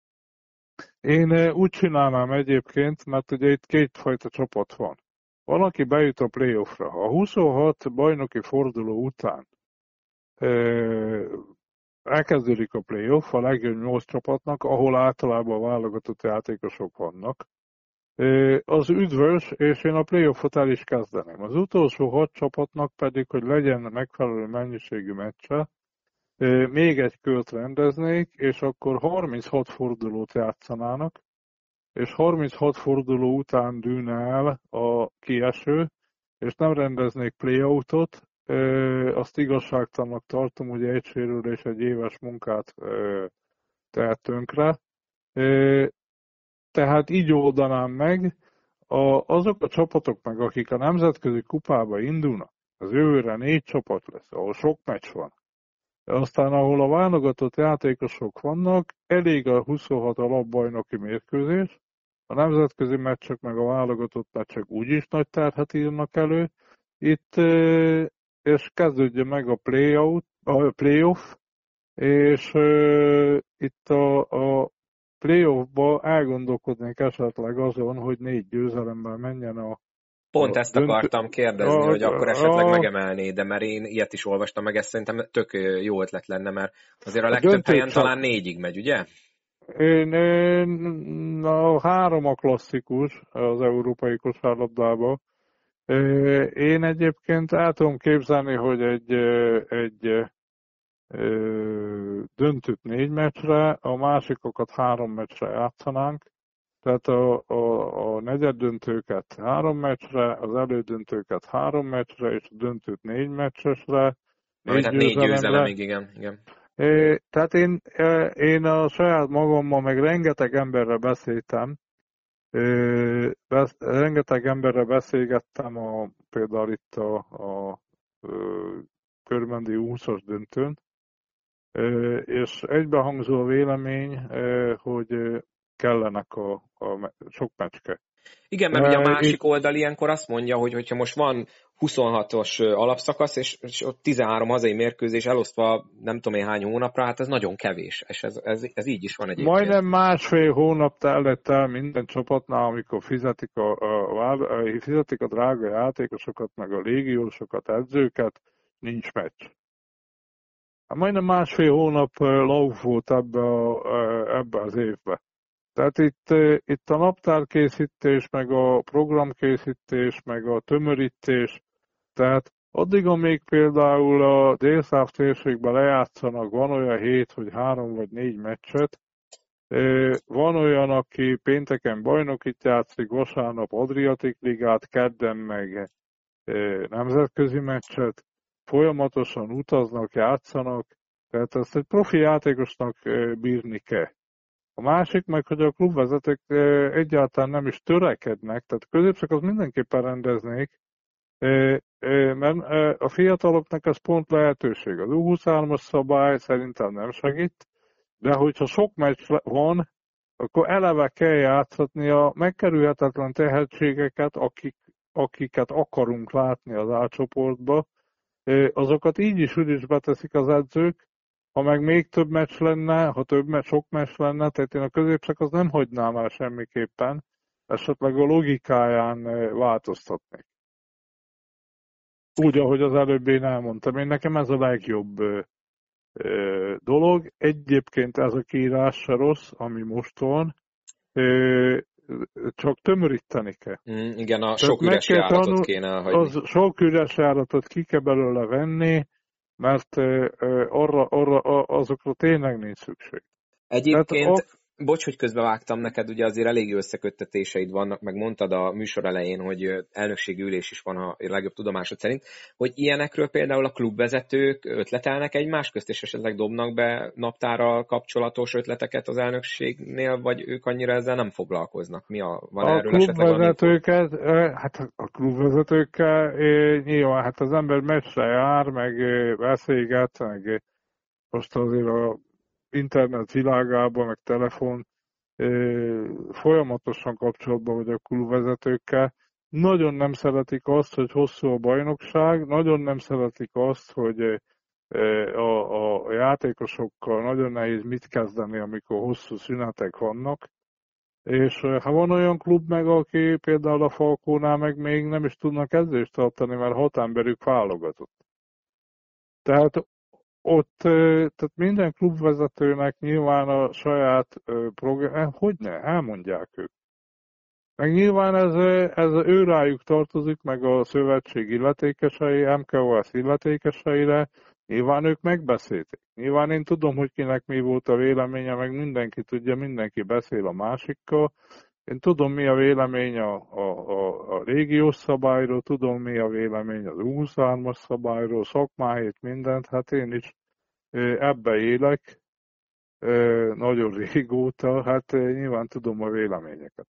Én úgy csinálnám egyébként, mert ugye itt kétfajta csapat van. Van, aki bejut a playoffra. A huszonhat bajnoki forduló után elkezdődik a playoff a legjobb nyolc csapatnak, ahol általában válogatott játékosok vannak. Az üdvös, és én a playoffot el is kezdeném. Az utolsó hat csapatnak pedig, hogy legyen megfelelő mennyiségű meccse, még egy kört rendeznék, és akkor harminchat fordulót játszanának, és harminchat forduló után dűne el a kieső, és nem rendeznék playoutot, azt igazságtalannak tartom, hogy egy sérülés egy éves munkát tehet tönkre. Tehát így oldanám meg, a, azok a csapatok meg, akik a nemzetközi kupába indulnak, az jövőre négy csapat lesz, ahol sok meccs van. Aztán, ahol a válogatott játékosok vannak, elég a huszonhat alapbajnoki mérkőzés, a nemzetközi meccsek meg a válogatott meccsek úgyis nagy terhet írnak elő. Itt, és kezdődjön meg a playout, a playoff, és itt a, a playoffba elgondolkodnék esetleg azon, hogy négy győzelemmel menjen a Pont ezt döntő... akartam kérdezni, a, hogy akkor esetleg a, megemelné, de mert én ilyet is olvastam meg, ez szerintem tök jó ötlet lenne, mert azért a legtöbb a helyen talán négyig megy, ugye? Én, én a három a klasszikus az európai kosárlabdában. Én egyébként el tudom képzelni, hogy egy, egy döntőt négy meccsre, a másikokat három meccsre játszanánk. Tehát a, a, a negyed döntőket három meccsre, az elődöntőket három meccsre, és a döntőt négy meccsesre. Négy, hát négy győzelemig, igen. igen. É, tehát én, én a saját magammal meg rengeteg emberrel beszéltem, é, besz, rengeteg emberrel beszélgettem a, például itt a, a, a körmendi húszas döntőn, é, és egybehangzó a vélemény, é, hogy kellenek a, a sok meccsek. Igen, mert ugye a másik oldal ilyenkor azt mondja, hogy hogyha most van huszonhatos alapszakasz, és, és ott tizenhárom hazai mérkőzés elosztva nem tudom én hány hónapra, hát ez nagyon kevés, és ez, ez, ez így is van egyébként. Majdnem másfél hónap tellett el minden csapatnál, amikor fizetik a, a, a, fizetik a drága játékosokat, meg a légiósokat, edzőket, nincs meccs. Hát majdnem másfél hónap lauf volt ebbe, a, ebbe az évbe. Tehát itt, itt a naptárkészítés, meg a programkészítés, meg a tömörítés, tehát addig, amíg például a délszláv térségben lejátszanak, van olyan hét, hogy három vagy négy meccset, van olyan, aki pénteken bajnokit játszik, vasárnap Adriatic Ligát, kedden meg nemzetközi meccset, folyamatosan utaznak, játszanak, tehát ezt egy profi játékosnak bírni kell. A másik meg, hogy a klubvezetők egyáltalán nem is törekednek, tehát a középszakasz mindenképpen rendeznék, mert a fiataloknak ez pont lehetőség. Az U huszonhármas szabály szerintem nem segít, de hogyha sok meccs van, akkor eleve kell játszatni a megkerülhetetlen tehetségeket, akik, akiket akarunk látni az A csoportba, azokat így is úgy is beteszik az edzők. Ha meg még több meccs lenne, ha több meccs, sok meccs lenne, tehát én a középszakasz nem hagynám el semmiképpen, esetleg a logikáján változtatnék. Úgy, ahogy az előbb én elmondtam, én nekem ez a legjobb dolog. Egyébként ez a kiírás se rossz, ami most van, csak tömöríteni kell. Mm, igen, a sok üres járatot tanul, kéne elhagyni. Az sok üres járatot ki kell belőle venni, mert arra, arra, azokra tényleg nincs szükség. Egyébként, a... bocs, hogy közbevágtam neked, ugye azért elég összeköttetéseid vannak, meg mondtad a műsor elején, hogy elnökségi ülés is van, ha legjobb tudomásod szerint, hogy ilyenekről például a klubvezetők ötletelnek egymás közt, és esetleg dobnak be naptárral kapcsolatos ötleteket az elnökségnél, vagy ők annyira ezzel nem foglalkoznak? Mi a, van A erről esetleg valami info? klubvezetőket, hát a klubvezetőkkel nyilván hát az ember meccsre jár, meg beszélget, meg most azért a internet világában, meg telefon folyamatosan kapcsolatban vagy a klubvezetőkkel. Nagyon nem szeretik azt, hogy hosszú a bajnokság, nagyon nem szeretik azt, hogy a, a játékosokkal nagyon nehéz mit kezdeni, amikor hosszú szünetek vannak. És ha van olyan klub meg, aki például a Falkónál meg még nem is tudnak edzést tartani, mert hat emberük válogatott. Tehát ott, tehát minden klubvezetőnek nyilván a saját program, hogy ne, elmondják ők. Meg nyilván ez, ez ő rájuk tartozik, meg a szövetség illetékesei, em ká o es illetékeseire, nyilván ők megbeszélték. Nyilván én tudom, hogy kinek mi volt a véleménye, meg mindenki tudja, mindenki beszél a másikkal. Én tudom, mi a vélemény a, a, a, a régiós szabályról, tudom, mi a vélemény az u huszonhármas szabályról, szakmáit, mindent, hát én is ebbe élek nagyon régóta, hát nyilván tudom a véleményeket.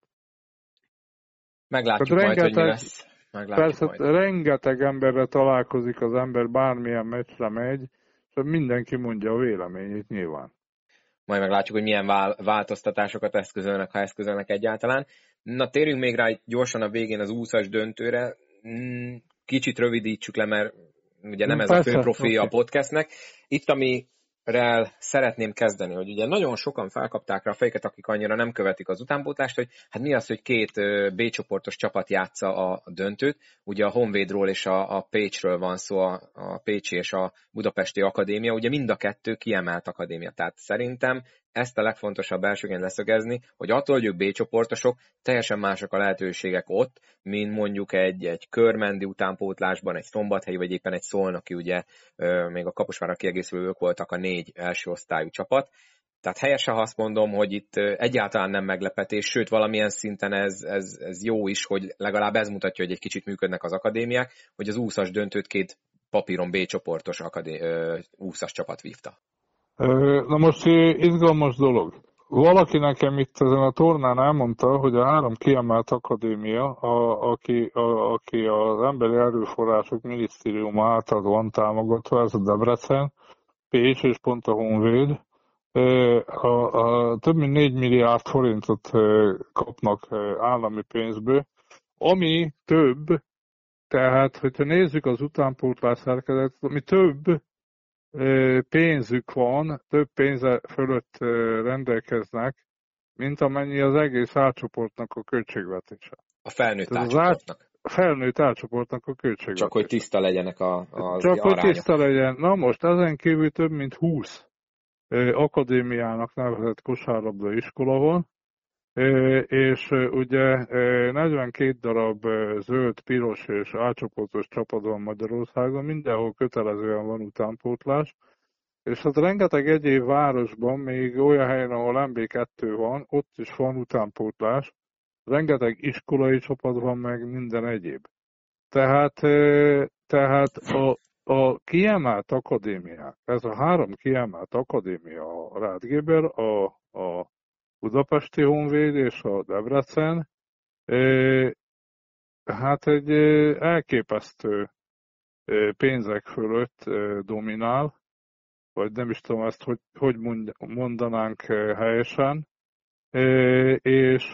Meglátjuk hát majd, rengeteg, hogy mi lesz. Meglátjuk persze majd. rengeteg emberre találkozik az ember, bármilyen meccsre megy, és mindenki mondja a véleményét nyilván. Majd meglátjuk, hogy milyen változtatásokat eszközölnek, ha eszközölnek egyáltalán. Na, térjünk még rá gyorsan a végén az úszas döntőre. Kicsit rövidítsük le, mert ugye nem ez Persze, a fő profilja okay. a podcastnek. Itt, ami rel szeretném kezdeni, hogy ugye nagyon sokan felkapták rá a fejeket, akik annyira nem követik az utánpótlást, hogy hát mi az, hogy két B-csoportos csapat játsza a döntőt. Ugye a Honvédról és a, a Pécsről van szó, a, a Pécsi és a Budapesti Akadémia, ugye mind a kettő kiemelt akadémia. Tehát szerintem ezt a legfontosabb elsőként leszögezni, hogy attól, hogy ők B-csoportosok, teljesen mások a lehetőségek ott, mint mondjuk egy, egy körmendi utánpótlásban, egy szombathelyi, vagy éppen egy szolnoki, ugye még a Kaposvárra kiegészülők voltak a négy első osztályú csapat. Tehát helyesen, ha azt mondom, hogy itt egyáltalán nem meglepetés, sőt valamilyen szinten ez, ez, ez jó is, hogy legalább ez mutatja, hogy egy kicsit működnek az akadémiák, hogy az úszas döntőt két papíron B-csoportos akadé- úszas csapat vívta. Na most izgalmas dolog. Valaki nekem itt ezen a tornán elmondta, hogy a három kiemelt akadémia, a, aki, a, aki az Emberi Erőforrások Minisztériuma által van támogatva, ez a Debrecen, Pécs és pont a Honvéd, a, a, több mint négy milliárd forintot kapnak állami pénzből, ami több, tehát, hogyha nézzük az utánpótlás szerkezetet, ami több pénzük van, több pénze fölött rendelkeznek, mint amennyi az egész átcsoportnak a költségvetése. A felnőtt átcsoportnak. A felnőtt átcsoportnak a költségvetése. Csak hogy tiszta legyenek a, az Csak arányok. hogy tiszta legyen. Na most ezen kívül több mint húsz akadémiának nevezett kosárlabda iskola van, és ugye negyvenkét darab zöld, piros és átcsoportos csapat van Magyarországon, mindenhol kötelezően van utánpótlás, és hát rengeteg egyéb városban, még olyan helyen, ahol em bé kettő van, ott is van utánpótlás, rengeteg iskolai csapat van, meg minden egyéb. Tehát, tehát a, a kiemelt akadémiák, ez a három kiemelt akadémia, a Rád Géber, a, a Budapesti Honvéd és a Debrecen, hát egy elképesztő pénzek fölött dominál, vagy nem is tudom ezt, hogy, hogy mondanánk helyesen, és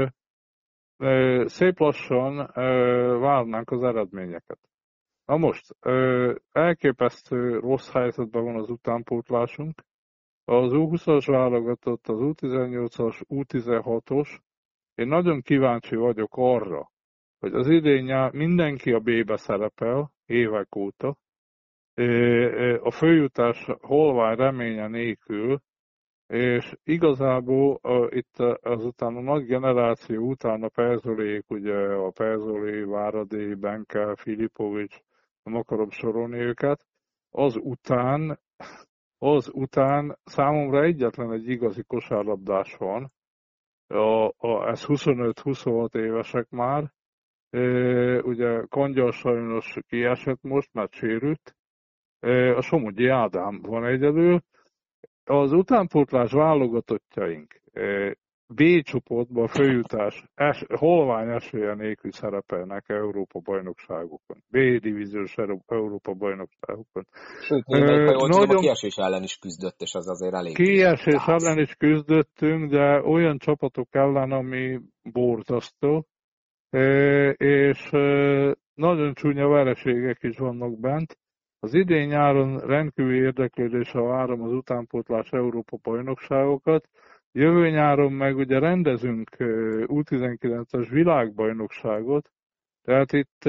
szép lassan várnánk az eredményeket. Na most, elképesztő rossz helyzetben van az utánpótlásunk. Az u húszas válogatott, az u tizennyolcas, u tizenhatos. Én nagyon kíváncsi vagyok arra, hogy az idén nyár mindenki a B-be szerepel évek óta. A főjutás holvány reménye nélkül, és igazából a, itt azután a nagy generáció után a Perzolék, ugye a Perzolé, Váradi, Benke, Filipovics, nem akarom sorolni őket, az után az után számomra egyetlen egy igazi kosárlabdás van, a, a, ez huszonöt-huszonhat évesek már, e, ugye Kangyal sajnos kiesett most, mert sérült, e, a Somogyi Ádám van egyedül, az utánpótlás válogatottjaink e, B csoportban följutás, es, holvány esélye nélkül szerepelnek Európa-bajnokságokon, B divíziós Európa-bajnokságokon. Sőt, némelyik, ha jól Nagyon... tudom, a kiesés ellen is küzdött, és az azért elég Kiesés gáz. ellen is küzdöttünk, de olyan csapatok ellen, ami borzasztó, és nagyon csúnya vereségek is vannak bent. Az idén nyáron rendkívül érdeklődéssel várom az utánpótlás Európa-bajnokságokat. Jövő nyáron meg ugye rendezünk U tizenkilences világbajnokságot, tehát itt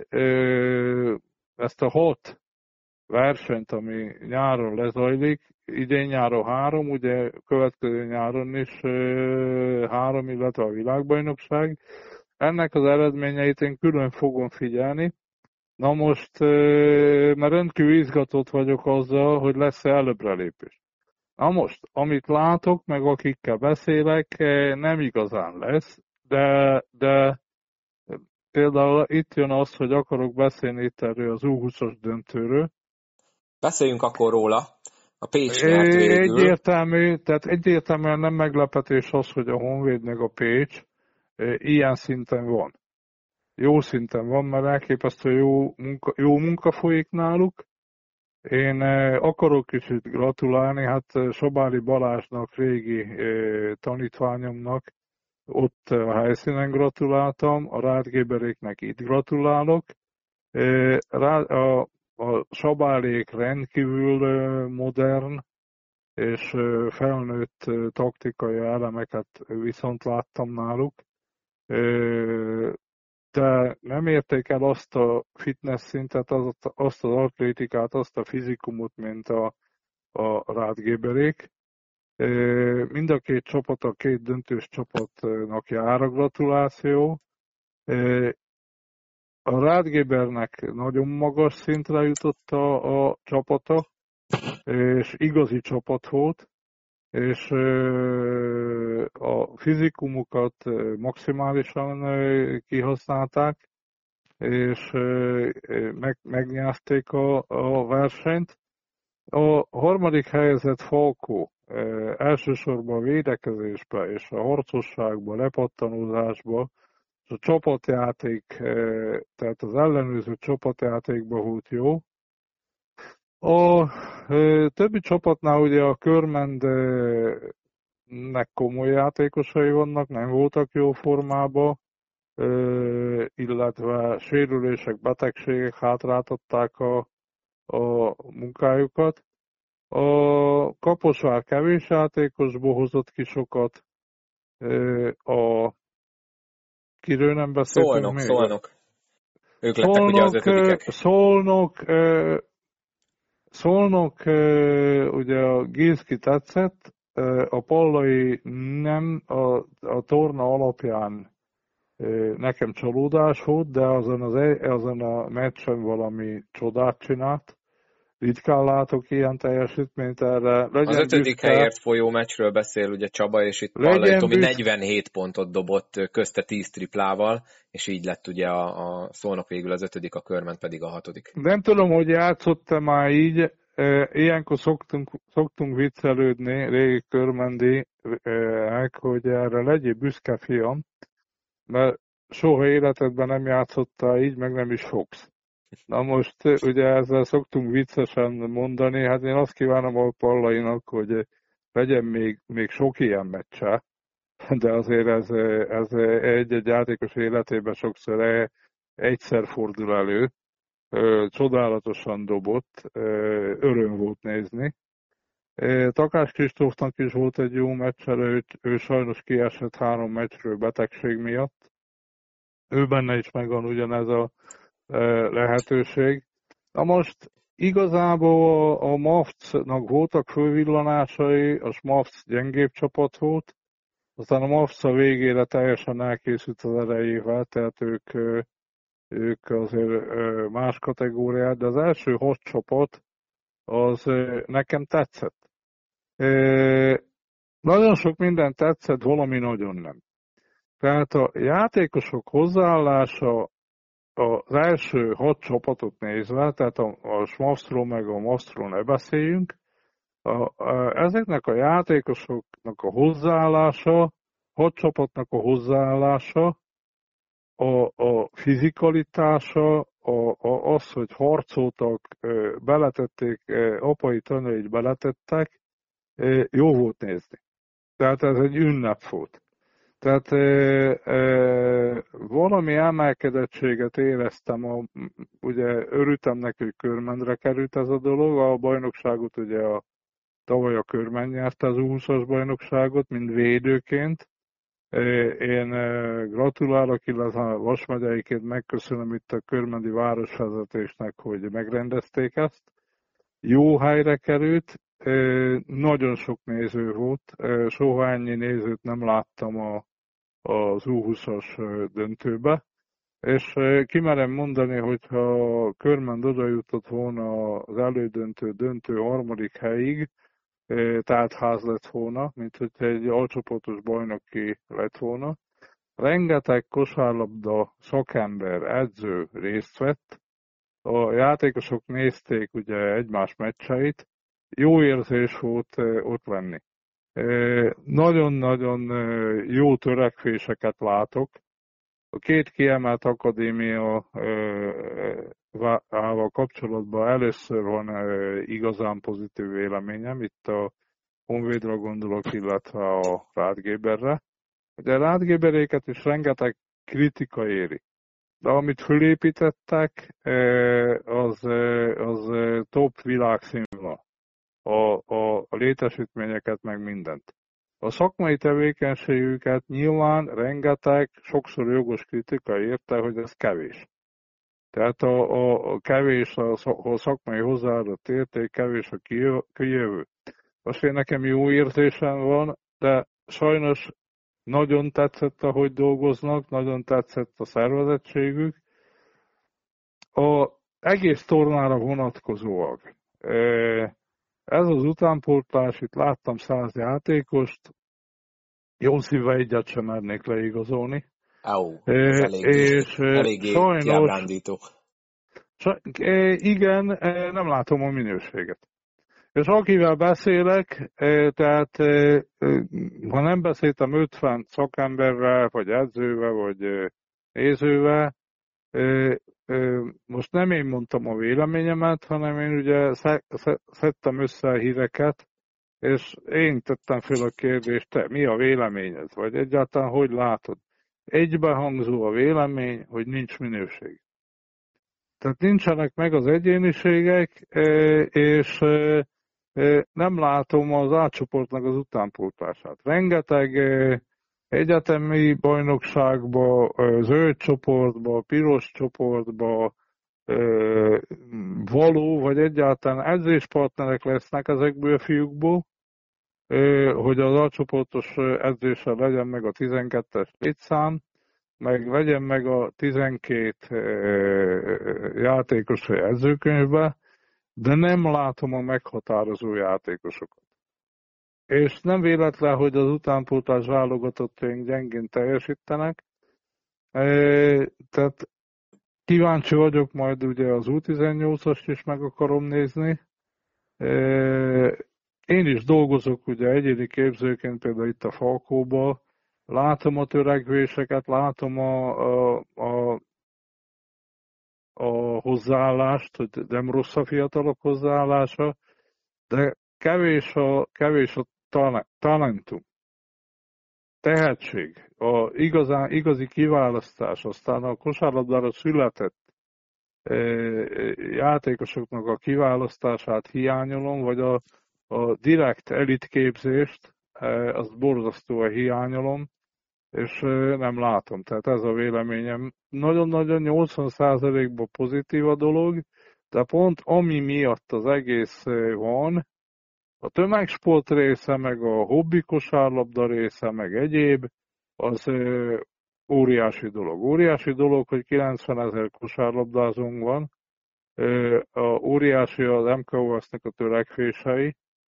ezt a hat versenyt, ami nyáron lezajlik, idén nyáron három, ugye következő nyáron is három, illetve a világbajnokság. Ennek az eredményeit én külön fogom figyelni. Na most, mert rendkívül izgatott vagyok azzal, hogy lesz-e előbrelépés. Na most, amit látok, meg akikkel beszélek, nem igazán lesz, de, de például itt jön az, hogy akarok beszélni itt erről az U húszas döntőről. Beszéljünk akkor róla. A Pécs nyert végül. Egyértelmű, tehát egyértelműen nem meglepetés az, hogy a Honvéd meg a Pécs ilyen szinten van. Jó szinten van, mert elképesztő jó munka, jó munka folyik náluk. Én akarok kicsit gratulálni, hát Sobári Balázsnak, régi tanítványomnak ott a helyszínen gratuláltam, a Rádgéberéknek itt gratulálok. A, a Sabárék rendkívül modern és felnőtt taktikai elemeket viszont láttam náluk. De nem érték el azt a fitness szintet, azt az atlétikát, azt a fizikumot, mint a, a Rádgéberék. Mind a két csapat, a két döntős csapatnak jár a gratuláció. A Rádgébernek nagyon magas szintre jutott a, a csapata, és igazi csapat volt, és a fizikumukat maximálisan kihasználták, és meg, megnyerték a, a versenyt. A harmadik helyezett Falkó elsősorban a védekezésbe és a harcosságba, lepattanózásba, és a csapatjáték, tehát az ellenőrző csapatjátékban volt jó. A többi csapatnál ugye a Körmendnek komoly játékosai vannak, nem voltak jó formában, illetve sérülések, betegségek hátráltatták a, a munkájukat. A Kaposvár kevés játékosból hozott ki sokat, a kiről nem beszéltünk Szolnok, még? Szolnok. Ők lettek Szolnok, ugye az ötödikek. Szolnok, Szolnok, ugye a Gilszki tetszett, a Pallai nem, a, a torna alapján nekem csalódás volt, de azon, az, azon a meccsen valami csodát csinált. Ritkán látok ilyen teljesítményt erre. Legyen az ötödik büszke. helyért folyó meccsről beszél ugye Csaba, és itt Pallai Tomi negyvenhét pontot dobott, közte tíz triplával, és így lett ugye a, a Szolnok végül az ötödik, a Körment pedig a hatodik. Nem tudom, hogy játszott-e már így. Ilyenkor szoktunk, szoktunk viccelődni, régi körmendi, hogy erre legyél büszke, fiam, mert soha életedben nem játszottál így, meg nem is fogsz. Na most ugye ezzel szoktunk viccesen mondani, hát én azt kívánom a Pallainak, hogy legyen még, még sok ilyen meccse, de azért ez, ez egy-egy játékos életében sokszor egyszer fordul elő, csodálatosan dobott, öröm volt nézni. Takás Kristófnak is volt egy jó meccs, ő, ő sajnos kiesett három meccsről betegség miatt. Ő benne is megvan ugyanez a lehetőség. Na most igazából a Mavc-nak voltak fölvillanásai, a Mavc gyengébb csapat volt, aztán a Mavc a végére teljesen elkészült az erejével, tehát ők, ők azért más kategóriát, de az első hat csapat az nekem tetszett. Nagyon sok minden tetszett, valami nagyon nem. Tehát a játékosok hozzáállása az első hat csapatot nézve, tehát a, a Smastról meg a Mastról ne beszéljünk, a, a, ezeknek a játékosoknak a hozzáállása, hat csapatnak a hozzáállása, a, a fizikalitása, a, a, az, hogy harcoltak, beletették, apai tanait beletettek, jó volt nézni. Tehát ez egy ünnep volt. Tehát e, e, valami emelkedettséget éreztem, a, ugye örültem neki, hogy Körmendre került ez a dolog, a bajnokságot ugye a, tavaly a Körmen nyerte az U húszas bajnokságot, mint védőként. E, én e, gratulálok, illetve a Vas megyeiként megköszönöm itt a körmendi városvezetésnek, hogy megrendezték ezt. Jó helyre került, e, nagyon sok néző volt, e, soha ennyi nézőt nem láttam a az U húszas döntőbe, és kimerem mondani, hogyha Körmend oda jutott volna az elődöntő döntő harmadik helyig, tehát ház lett volna, mint hogyha egy alcsoportos bajnoki lett volna. Rengeteg kosárlabda szakember, edző részt vett, a játékosok nézték ugye egymás meccseit, jó érzés volt ott lenni. Nagyon-nagyon jó törekvéseket látok. A két kiemelt akadémiával kapcsolatban először van igazán pozitív véleményem. Itt a Honvédra gondolok, illetve a Rádgéberre. De a Rádgéberéket is rengeteg kritika éri. De amit fölépítettek, az, az top világszínvonal. A, a, a létesítményeket, meg mindent. A szakmai tevékenységüket nyilván rengeteg, sokszor jogos kritika érte, hogy ez kevés. Tehát a, a, a kevés, a, a szakmai hozzáadott érték, kevés a kijövő. Most én nekem jó érzésem van, de sajnos nagyon tetszett, ahogy dolgoznak, nagyon tetszett a szervezettségük. A egész tornára vonatkozóak. Ez az utánpótlás, itt láttam száz játékost, jó szívvel egyet sem mernék leigazolni. Au, ez eléggé, és eléggé sajnos, kiábrándító. Igen, nem látom a minőséget. És akivel beszélek, tehát ha nem beszéltem ötven szakemberrel, vagy edzővel, vagy nézővel, most nem én mondtam a véleményemet, hanem én ugye szedtem össze a híreket, és én tettem fel a kérdést, te mi a véleményed, vagy egyáltalán hogy látod? Egybehangzó a vélemény, hogy nincs minőség. Tehát nincsenek meg az egyéniségek, és nem látom az átcsoportnak az utánpótlását. Rengeteg egyetemi bajnokságba, zöld csoportba, piros csoportba való, vagy egyáltalán edzéspartnerek lesznek ezekből a fiúkból, hogy az alcsoportos edzéssel legyen meg a tizenkettes létszám, meg legyen meg a tizenkét játékos edzőkönyvbe, de nem látom a meghatározó játékosokat. És nem véletlen, hogy az utánpótlás válogatottaink gyengén teljesítenek. Tehát kíváncsi vagyok, majd ugye az U tizennyolcast is meg akarom nézni. Én is dolgozok ugye egyéni képzőként például itt a Falkóban. Látom a törekvéseket, látom a, a, a, a hozzáállást, hogy nem rossz a fiatalok hozzáállása, de kevés a, kevés a talentum, tehetség, a igazán, igazi kiválasztás, aztán a kosárlabdára született játékosoknak a kiválasztását hiányolom, vagy a, a direkt elitképzést, azt borzasztóan hiányolom, és nem látom. Tehát ez a véleményem. Nagyon-nagyon nyolcvan százalékban pozitív a dolog, de pont ami miatt az egész van, a tömegsport része, meg a hobbi kosárlabda része, meg egyéb, az óriási dolog. Óriási dolog, hogy kilencven ezer kosárlabdázónk van, A óriási az em ká o es-nek a törekvései.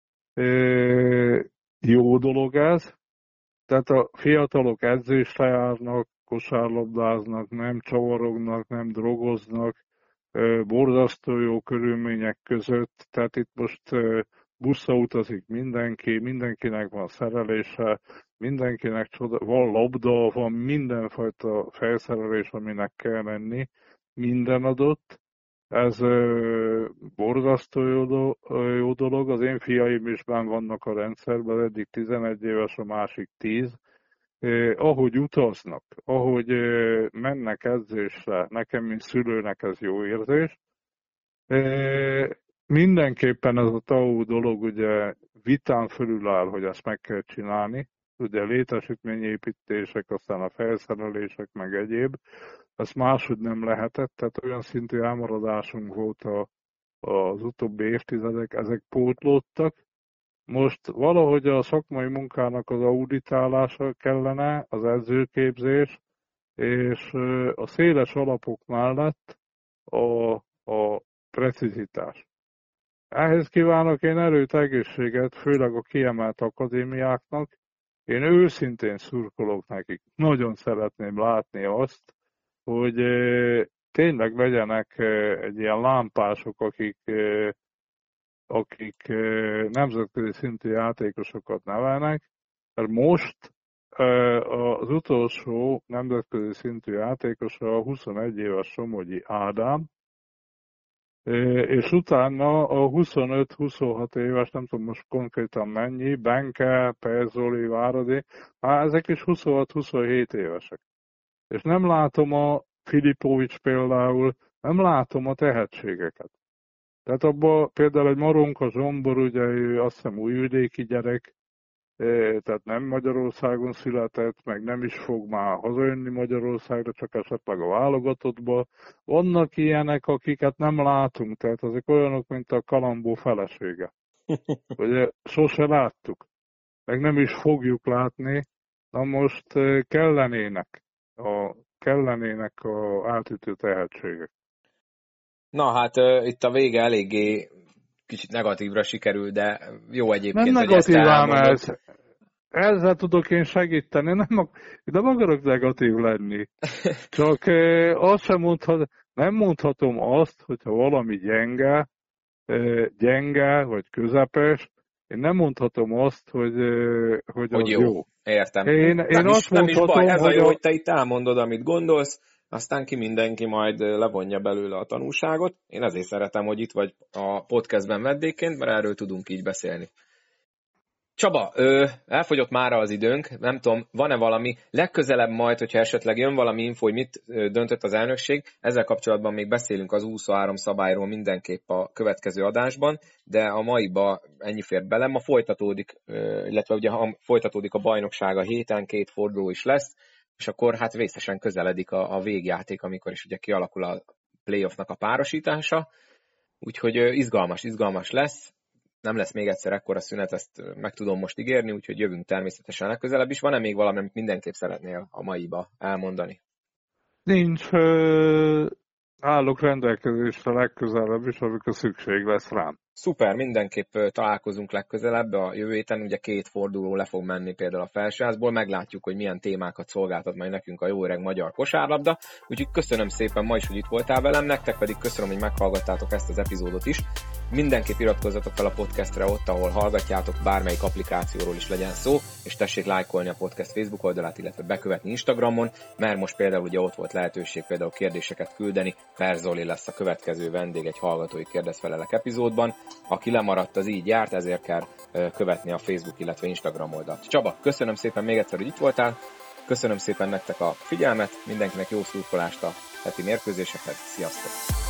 Jó dolog ez. Tehát a fiatalok edzésre járnak, kosárlabdáznak, nem csavarognak, nem drogoznak, borzasztó jó körülmények között. Tehát itt most busszal utazik mindenki, mindenkinek van szerelése, mindenkinek csoda, van labda, van mindenfajta felszerelés, aminek kell menni, minden adott. Ez ö, borzasztó jó, jó dolog, az én fiaim is benn vannak a rendszerben, eddig tizenegy éves, a másik tíz. Eh, ahogy utaznak, ahogy eh, mennek edzésre, nekem, mint szülőnek ez jó érzés. Eh, mindenképpen ez a té á o dolog ugye vitán fölül áll, hogy ezt meg kell csinálni. Ugye létesítményépítések, aztán a felszerelések, meg egyéb. Ezt máshogy nem lehetett, tehát olyan szintű elmaradásunk volt a, az utóbbi évtizedek, ezek pótlódtak. Most valahogy a szakmai munkának az auditálása kellene, az edzőképzés, és a széles alapok mellett a, a precizitás. Ehhez kívánok én erőt, egészséget, főleg a kiemelt akadémiáknak. Én őszintén szurkolok nekik. Nagyon szeretném látni azt, hogy tényleg legyenek egy ilyen lámpások, akik, akik nemzetközi szintű játékosokat nevelnek, mert most az utolsó nemzetközi szintű játékosa a huszonegy éves Somogyi Ádám, és utána a huszonöt-huszonhat éves, nem tudom most konkrétan mennyi, Benke, Perzoli, Váradi, hát ezek is huszonhat-huszonhét évesek. És nem látom a Filipovics például, nem látom a tehetségeket. Tehát abban például egy Maronka Zsombor, ugye ő azt hiszem újvidéki gyerek, tehát nem Magyarországon született, meg nem is fog már hazajönni Magyarországra, csak esetleg a válogatottba. Vannak ilyenek, akiket nem látunk, tehát azok olyanok, mint a Kalambó felesége. Ugye sose láttuk, meg nem is fogjuk látni, na most kellenének a, kellenének a átütő tehetségek. Na hát uh, itt a vége eléggé kicsit negatívra sikerül, de jó egyébként, nem hogy ezt elmondod. Ez. Ezzel tudok én segíteni, nem, nem akarok negatív lenni. Csak azt sem mondhat, nem mondhatom azt, hogyha valami gyenge, gyenge vagy közepes, én nem mondhatom azt, hogy, hogy, hogy az jó. jó. Értem. Én, én nem, azt is, nem is baj, ez a jó, a... hogy te itt elmondod, amit gondolsz, aztán ki mindenki majd levonja belőle a tanulságot. Én ezért szeretem, hogy itt vagy a podcastben vendégként, mert erről tudunk így beszélni. Csaba, ö, elfogyott mára az időnk, nem tudom, van-e valami, legközelebb majd, hogyha esetleg jön valami info, hogy mit döntött az elnökség, ezzel kapcsolatban még beszélünk az huszonhárom szabályról mindenképp a következő adásban, de a maiba ennyi fér bele, ma folytatódik, illetve ugye folytatódik a bajnokság a héten, két forduló is lesz, és akkor hát vészesen közeledik a, a végjáték, amikor is ugye kialakul a playoffnak a párosítása, úgyhogy izgalmas, izgalmas lesz. Nem lesz még egyszer ekkora szünet, ezt meg tudom most ígérni, úgyhogy jövünk természetesen legközelebb is. Van-e még valami, amit mindenképp szeretnél a maiba elmondani? Nincs. Állok rendelkezésre legközelebb is, amikor szükség lesz rám. Szuper, mindenképp találkozunk legközelebb. A jövő héten ugye két forduló le fog menni például a felsőházból. Meglátjuk, hogy milyen témákat szolgáltat majd nekünk a jó öreg magyar kosárlabda. Úgyhogy köszönöm szépen ma is, hogy itt voltál velem, nektek pedig köszönöm, hogy meghallgattátok ezt az epizódot is. Mindenképp iratkozzatok fel a podcastre ott, ahol hallgatjátok, bármelyik applikációról is legyen szó, és tessék lájkolni a podcast Facebook oldalát, illetve bekövetni Instagramon, mert most például ugye ott volt lehetőség például kérdéseket küldeni. Perzoli lesz a következő vendég egy hallgatói kérdezfelelek epizódban. Aki lemaradt, az így járt, ezért kell követni a Facebook, illetve Instagram oldalt. Csaba, köszönöm szépen még egyszer, hogy itt voltál. Köszönöm szépen nektek a figyelmet, mindenkinek jó szurkolást a heti mérkőzésekhez. Sziasztok!